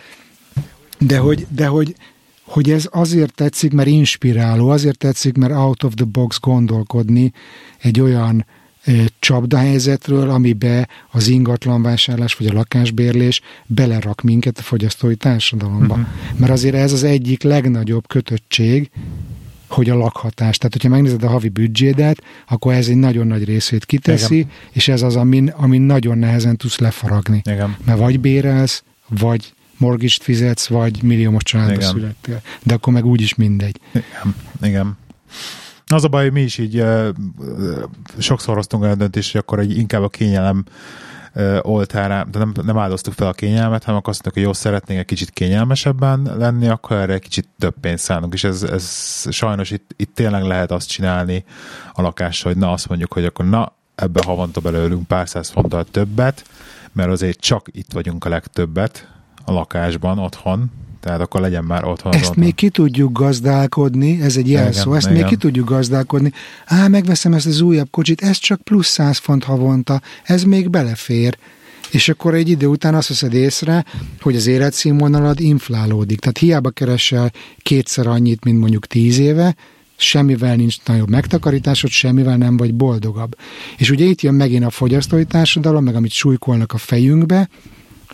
de hogy ez azért tetszik, mert inspiráló, azért tetszik, mert out of the box gondolkodni egy olyan csapdahelyzetről, amibe az ingatlanvásárlás vagy a lakásbérlés belerak minket a fogyasztói társadalomba. Mert azért ez az egyik legnagyobb kötöttség, hogy a lakhatás. Tehát, hogyha megnézed a havi büdzsédet, akkor ez egy nagyon nagy részét kiteszi, igen. És ez az, amin nagyon nehezen tudsz lefaragni. Igen. Mert vagy bérelsz, vagy mortgage-t fizetsz, vagy milliómos családba születtél. De akkor meg úgyis mindegy. Igen. Az a baj, hogy mi is így sokszor hoztunk olyan döntést, hogy akkor inkább a kényelem oltára, de nem áldoztuk fel a kényelmet, hanem akkor azt mondjuk, hogy jó, szeretnénk egy kicsit kényelmesebben lenni, akkor erre egy kicsit több pénzt szánunk, és ez sajnos itt tényleg lehet azt csinálni a lakással, hogy azt mondjuk, hogy akkor ebben havonta belőlünk pár száz fonttal többet, mert azért csak itt vagyunk a legtöbbet a lakásban, otthon, tehát akkor legyen már otthon. Ezt még ki tudjuk gazdálkodni, ez egy jelszó, ezt még ki tudjuk gazdálkodni. Megveszem ezt az újabb kocsit, ez csak plusz 100 font havonta, ez még belefér. És akkor egy idő után azt veszed észre, hogy az életszínvonalad inflálódik. Tehát hiába keresel kétszer annyit, mint mondjuk 10 éve, semmivel nincs nagyobb megtakarításod, semmivel nem vagy boldogabb. És ugye itt jön megint a fogyasztói társadalom, meg amit súlykolnak a fejünkbe,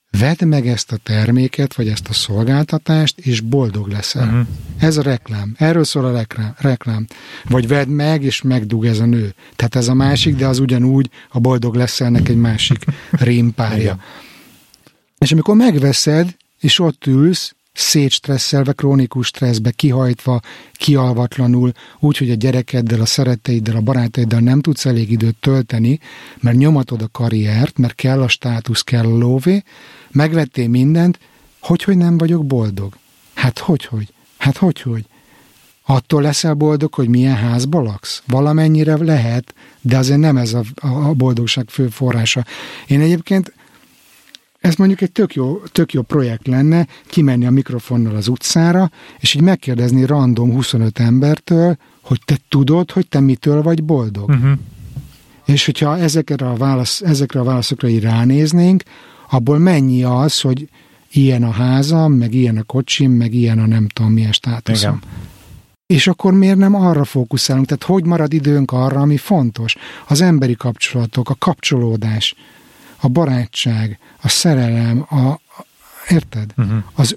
Vedd meg ezt a terméket, vagy ezt a szolgáltatást, és boldog leszel. Ez a reklám. Erről szól a reklám. Vagy vedd meg, és megdug ez a nő. Tehát ez a másik, de az ugyanúgy a boldog leszelnek egy másik rémpárja. És amikor megveszed, és ott ülsz, szétstresszelve, krónikus stresszbe, kihajtva, kialvatlanul, úgyhogy a gyerekeddel, a szeretteiddel, a barátaiddal nem tudsz elég időt tölteni, mert nyomatod a karriert, mert kell a státusz, kell a lóvé, megvettél mindent, hogy nem vagyok boldog? Hát hogy? Attól leszel boldog, hogy milyen házba laksz? Valamennyire lehet, de azért nem ez a boldogság fő forrása. Én egyébként ez mondjuk egy tök jó projekt lenne, kimenni a mikrofonnal az utcára, és így megkérdezni random 25 embertől, hogy te tudod, hogy te mitől vagy boldog. És hogyha ezekre a válaszokra így ránéznénk, abból mennyi az, hogy ilyen a házam, meg ilyen a kocsim, meg ilyen a nem tudom milyen státuszom. Igen. És akkor miért nem arra fókuszálunk? Tehát hogy marad időnk arra, ami fontos? Az emberi kapcsolatok, a kapcsolódás, a barátság, a szerelem, érted? Az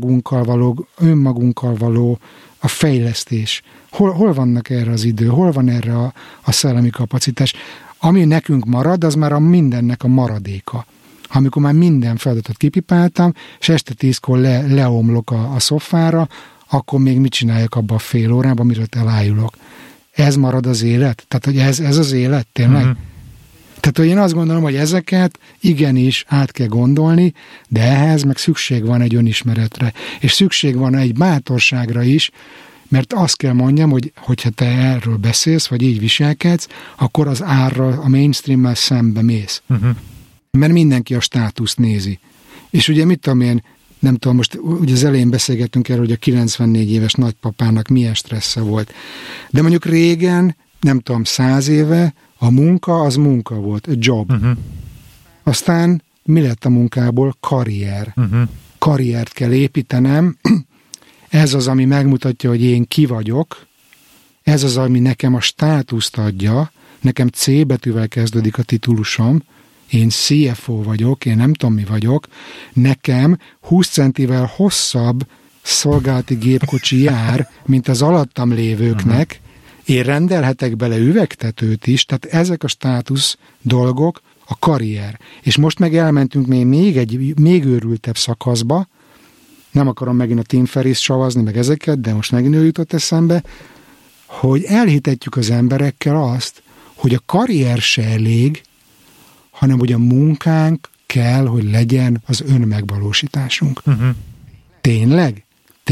önmagunkkal való a fejlesztés. Hol vannak erre az idő? Hol van erre a szellemi kapacitás? Ami nekünk marad, az már a mindennek a maradéka. Amikor már minden feladatot kipipáltam, és este 10-kor leomlok a szofára, akkor még mit csináljak abban a fél órában, mire elájulok? Ez marad az élet? Tehát, hogy ez az élet tényleg? Tehát, hogy én azt gondolom, hogy ezeket igenis át kell gondolni, de ehhez meg szükség van egy önismeretre, és szükség van egy bátorságra is, mert azt kell mondjam, hogyha te erről beszélsz, vagy így viselkedsz, akkor az árral, a mainstreammel szembe mész. Mert mindenki a státuszt nézi. És ugye mit tudom én, nem tudom, most ugye az elején beszélgettünk erről, hogy a 94 éves nagypapának milyen stressze volt. De mondjuk régen, nem tudom, 100 éve, a munka az munka volt, a job. Aztán mi lett a munkából? Karrier. Karriert kell építenem. Ez az, ami megmutatja, hogy én ki vagyok. Ez az, ami nekem a státuszt adja. Nekem C betűvel kezdődik a titulusom. Én CFO vagyok, én nem tudom mi vagyok. Nekem 20 centivel hosszabb szolgálati gépkocsi jár, mint az alattam lévőknek. Én rendelhetek bele üvegtetőt is, tehát ezek a státusz dolgok, a karrier. És most meg elmentünk még őrültebb szakaszba, nem akarom megint a Tim Ferriss savazni, meg ezeket, de most megint ő jutott eszembe, hogy elhitetjük az emberekkel azt, hogy a karrier se elég, hanem hogy a munkánk kell, hogy legyen az önmegvalósításunk. Tényleg?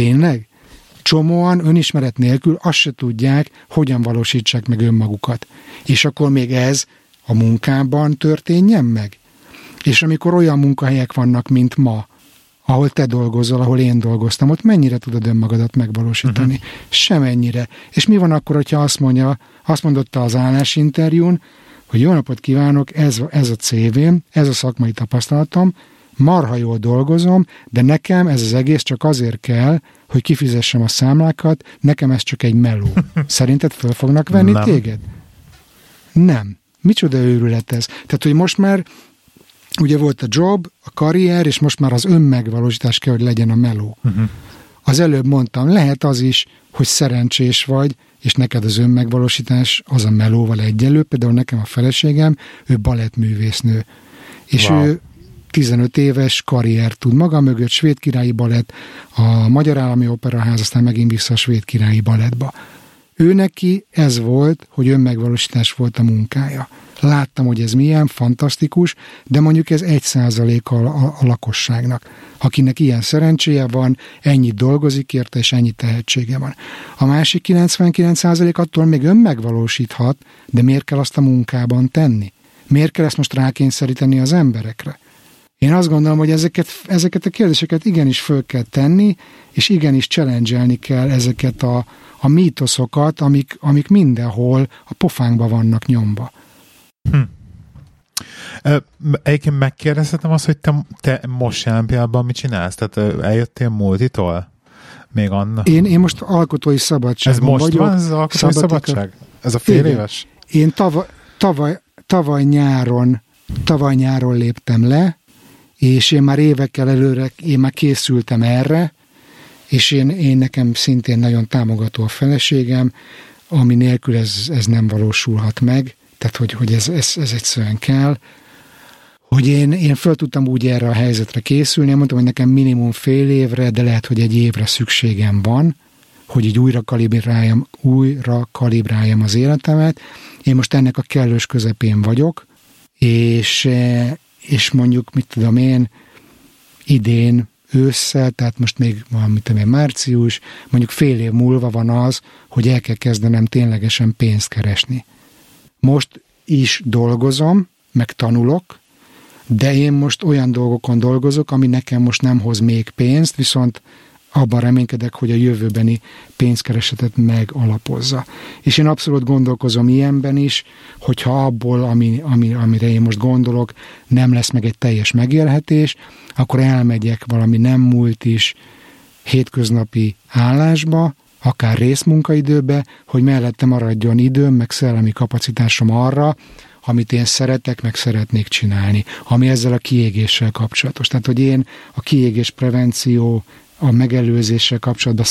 Csomóan önismeret nélkül azt se tudják, hogyan valósítsák meg önmagukat. És akkor még ez a munkában történjen meg? És amikor olyan munkahelyek vannak, mint ma, ahol te dolgozol, ahol én dolgoztam, ott mennyire tudod önmagadat megvalósítani? Semennyire. És mi van akkor, hogyha azt mondotta az állásinterjún, hogy jó napot kívánok, ez a CV-m, ez a szakmai tapasztalatom, marha jól dolgozom, de nekem ez az egész csak azért kell, hogy kifizessem a számlákat, nekem ez csak egy meló. Szerinted föl fognak venni téged? Nem. Micsoda őrület ez? Tehát, hogy most már ugye volt a job, a karrier, és most már az önmegvalósítás kell, hogy legyen a meló. Az előbb mondtam, lehet az is, hogy szerencsés vagy, és neked az önmegvalósítás az a melóval egyenlő, például nekem a feleségem, ő balettművésznő. És ő 15 éves karrier tud maga mögött, Svéd Királyi Balett, a Magyar Állami Operaház, aztán megint vissza a Svéd Királyi Balettba. Ő neki ez volt, hogy önmegvalósítás volt a munkája. Láttam, hogy ez milyen, fantasztikus, de mondjuk ez 1%-a a lakosságnak, akinek ilyen szerencséje van, ennyit dolgozik érte, és ennyi tehetsége van. A másik 99% attól még önmegvalósíthat, de miért kell azt a munkában tenni? Miért kell ezt most rákényszeríteni az emberekre? Én azt gondolom, hogy ezeket a kérdéseket igenis föl kell tenni, és igenis challenge-elni kell ezeket a mítoszokat, amik mindenhol a pofánkba vannak nyomva. Egyébként megkérdezhetem azt, hogy te most jelen pillanatban mit csinálsz? Tehát eljöttél Multitól? Még annak? Én most alkotói szabadságon vagyok. Ez most van, ez az alkotói szabadság? Ez a fél éves? Én tavaly nyáron léptem le, és én már évekkel előre, én már készültem erre, és én nekem szintén nagyon támogató a feleségem, ami nélkül ez nem valósulhat meg, tehát hogy ez egyszerűen kell, hogy én föl tudtam úgy erre a helyzetre készülni, én mondtam, hogy nekem minimum fél évre, de lehet, hogy egy évre szükségem van, hogy így újra kalibráljam az életemet. Én most ennek a kellős közepén vagyok, és mondjuk, mit tudom én, idén ősszel, tehát most még van, március, mondjuk fél év múlva van az, hogy el kell kezdenem ténylegesen pénzt keresni. Most is dolgozom, meg tanulok, de én most olyan dolgokon dolgozok, ami nekem most nem hoz még pénzt, viszont abban reménykedek, hogy a jövőbeni pénzkeresetet megalapozza. És én abszolút gondolkozom ilyenben is, hogyha abból, amire én most gondolok, nem lesz meg egy teljes megélhetés, akkor elmegyek valami nem múlt is hétköznapi állásba, akár részmunkaidőbe, hogy mellette maradjon időm, meg szellemi kapacitásom arra, amit én szeretek, meg szeretnék csinálni, ami ezzel a kiégéssel kapcsolatos. Tehát, hogy én a kiégés prevenció, a megelőzéssel kapcsolatban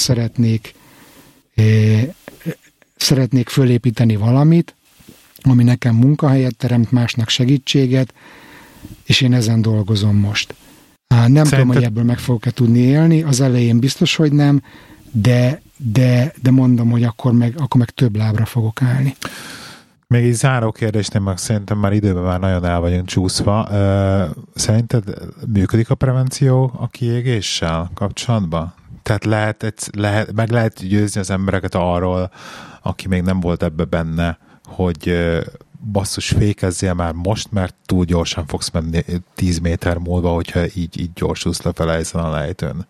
szeretnék fölépíteni valamit, ami nekem munkahelyet teremt, másnak segítséget, és én ezen dolgozom most. Nem tudom, hogy ebből meg fogok-e tudni élni, az elején biztos, hogy nem, de mondom, hogy akkor meg több lábra fogok állni. Még egy záró kérdésnél, meg szerintem már időben már nagyon el vagyunk csúszva. Szerinted működik a prevenció a kiégéssel kapcsolatban? Tehát meg lehet győzni az embereket arról, aki még nem volt ebbe benne, hogy basszus, fékezzél már most, mert túl gyorsan fogsz menni 10 méter múlva, hogyha így gyorsulsz lefele ezen a lejtőn.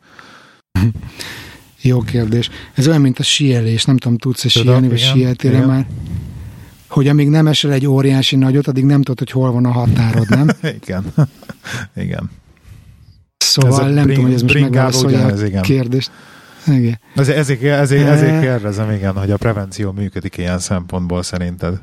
Jó kérdés. Ez olyan, mint a síelés. Nem tudom, tudsz-e síelni, vagy síeltél már? Hogy amíg nem esel egy óriási nagyot, addig nem tudod, hogy hol van a határod, nem? Igen. Szóval nem tudom, hogy ez most megválaszolja a kérdést. Igen. Ezért kérdezem, igen, hogy a prevenció működik ilyen szempontból szerinted.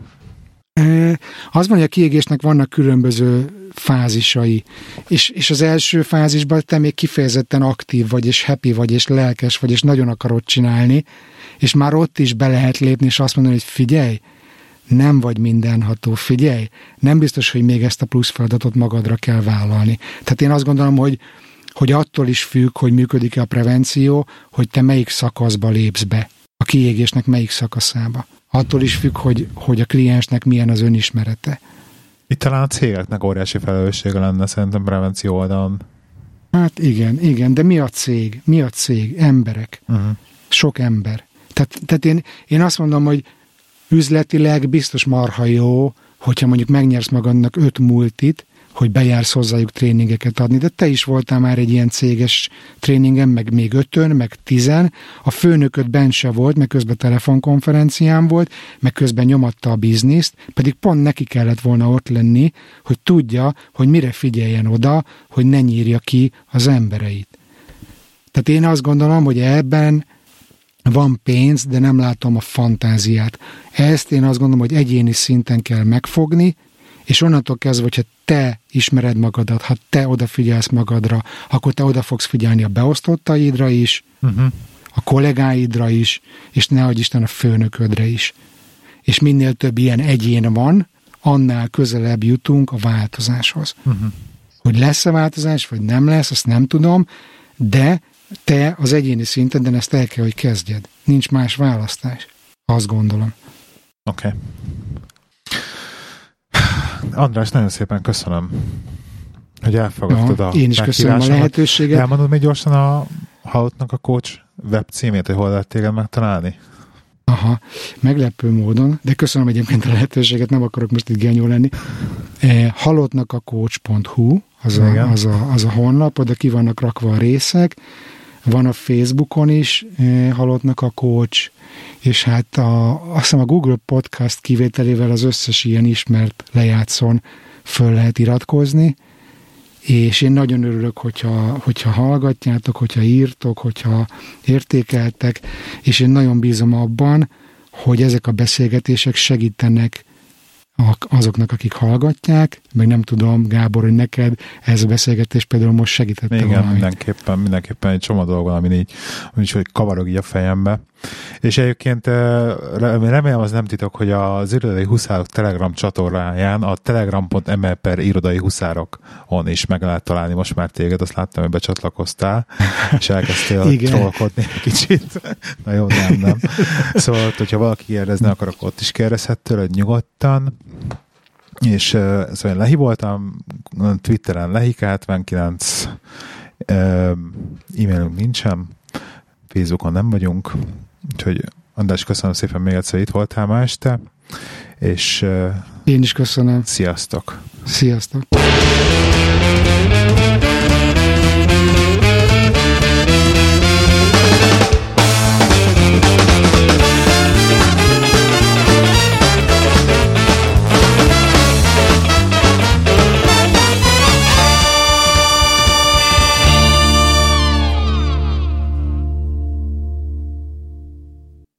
Az van, hogy a kiégésnek vannak különböző fázisai, és az első fázisban te még kifejezetten aktív vagy, és happy vagy, és lelkes vagy, és nagyon akarod csinálni, és már ott is be lehet lépni, és azt mondani, hogy figyelj, nem vagy mindenható, figyelj, nem biztos, hogy még ezt a plusz feladatot magadra kell vállalni. Tehát én azt gondolom, hogy attól is függ, hogy működik-e a prevenció, hogy te melyik szakaszba lépsz be, a kiégésnek melyik szakaszába. Attól is függ, hogy a kliensnek milyen az önismerete. Itt talán a cégeknek óriási felelőssége lenne szerintem prevenció oldalon. Hát igen, de mi a cég? Mi a cég? Emberek. Sok ember. Tehát én azt mondom, hogy üzletileg biztos marha jó, hogyha mondjuk megnyersz magadnak 5 multit, hogy bejársz hozzájuk tréningeket adni, de te is voltál már egy ilyen céges tréningen, meg még 5-ön, meg 10, a főnököd bent se volt, meg közben telefonkonferencián volt, meg közben nyomatta a bizniszt, pedig pont neki kellett volna ott lenni, hogy tudja, hogy mire figyeljen oda, hogy ne nyírja ki az embereit. Tehát én azt gondolom, hogy ebben van pénz, de nem látom a fantáziát. Ezt én azt gondolom, hogy egyéni szinten kell megfogni, és onnantól kezdve, hogyha te ismered magadat, ha te odafigyelsz magadra, akkor te oda fogsz figyelni a beosztottaidra is, a kollégáidra is, és nehogy Isten a főnöködre is. És minél több ilyen egyén van, annál közelebb jutunk a változáshoz. Hogy lesz-e változás, vagy nem lesz, azt nem tudom, de te az egyéni szinten, de ezt el kell, hogy kezdjed. Nincs más választás. Azt gondolom. Oké. András, nagyon szépen köszönöm, hogy elfogadtad a én is köszönöm a lehetőséget. Elmondod még gyorsan a Halottnak a Coach web címét, hogy hol lehet téged megtalálni? Aha, meglepő módon, de köszönöm egyébként a lehetőséget, nem akarok most itt genyó lenni. halottnakacoach.hu az a honlap, oda ki vannak rakva a részek, van a Facebookon is Halottnak a Coach, és hát azt hiszem a Google Podcast kivételével az összes ilyen ismert lejátszón föl lehet iratkozni, és én nagyon örülök, hogyha hallgatjátok, hogyha írtok, hogyha értékeltek, és én nagyon bízom abban, hogy ezek a beszélgetések segítenek azoknak, akik hallgatják, meg nem tudom, Gábor, hogy neked ez a beszélgetés például most segítette igen, valamit. mindenképpen egy csomó dolog, ami így hogy kavarog így a fejembe. És egyébként remélem az nem titok, hogy az Irodai Huszárok Telegram csatornáján a telegram.me/irodai huszárokon is meg lehet találni most már téged, azt láttam, hogy becsatlakoztál, és elkezdtél trollkodni egy kicsit. Na jó, nem. Szóval, hogyha valaki kérdezni akar, akkor ott is kérdezhet tőle, nyugodtan. És szóval én lehivoltam, Twitteren Lehik79, e-mailünk nincsen, Facebookon nem vagyunk, úgyhogy András, köszönöm szépen még egyszer, itt voltál ma este, és én is köszönöm. Sziasztok! Sziasztok!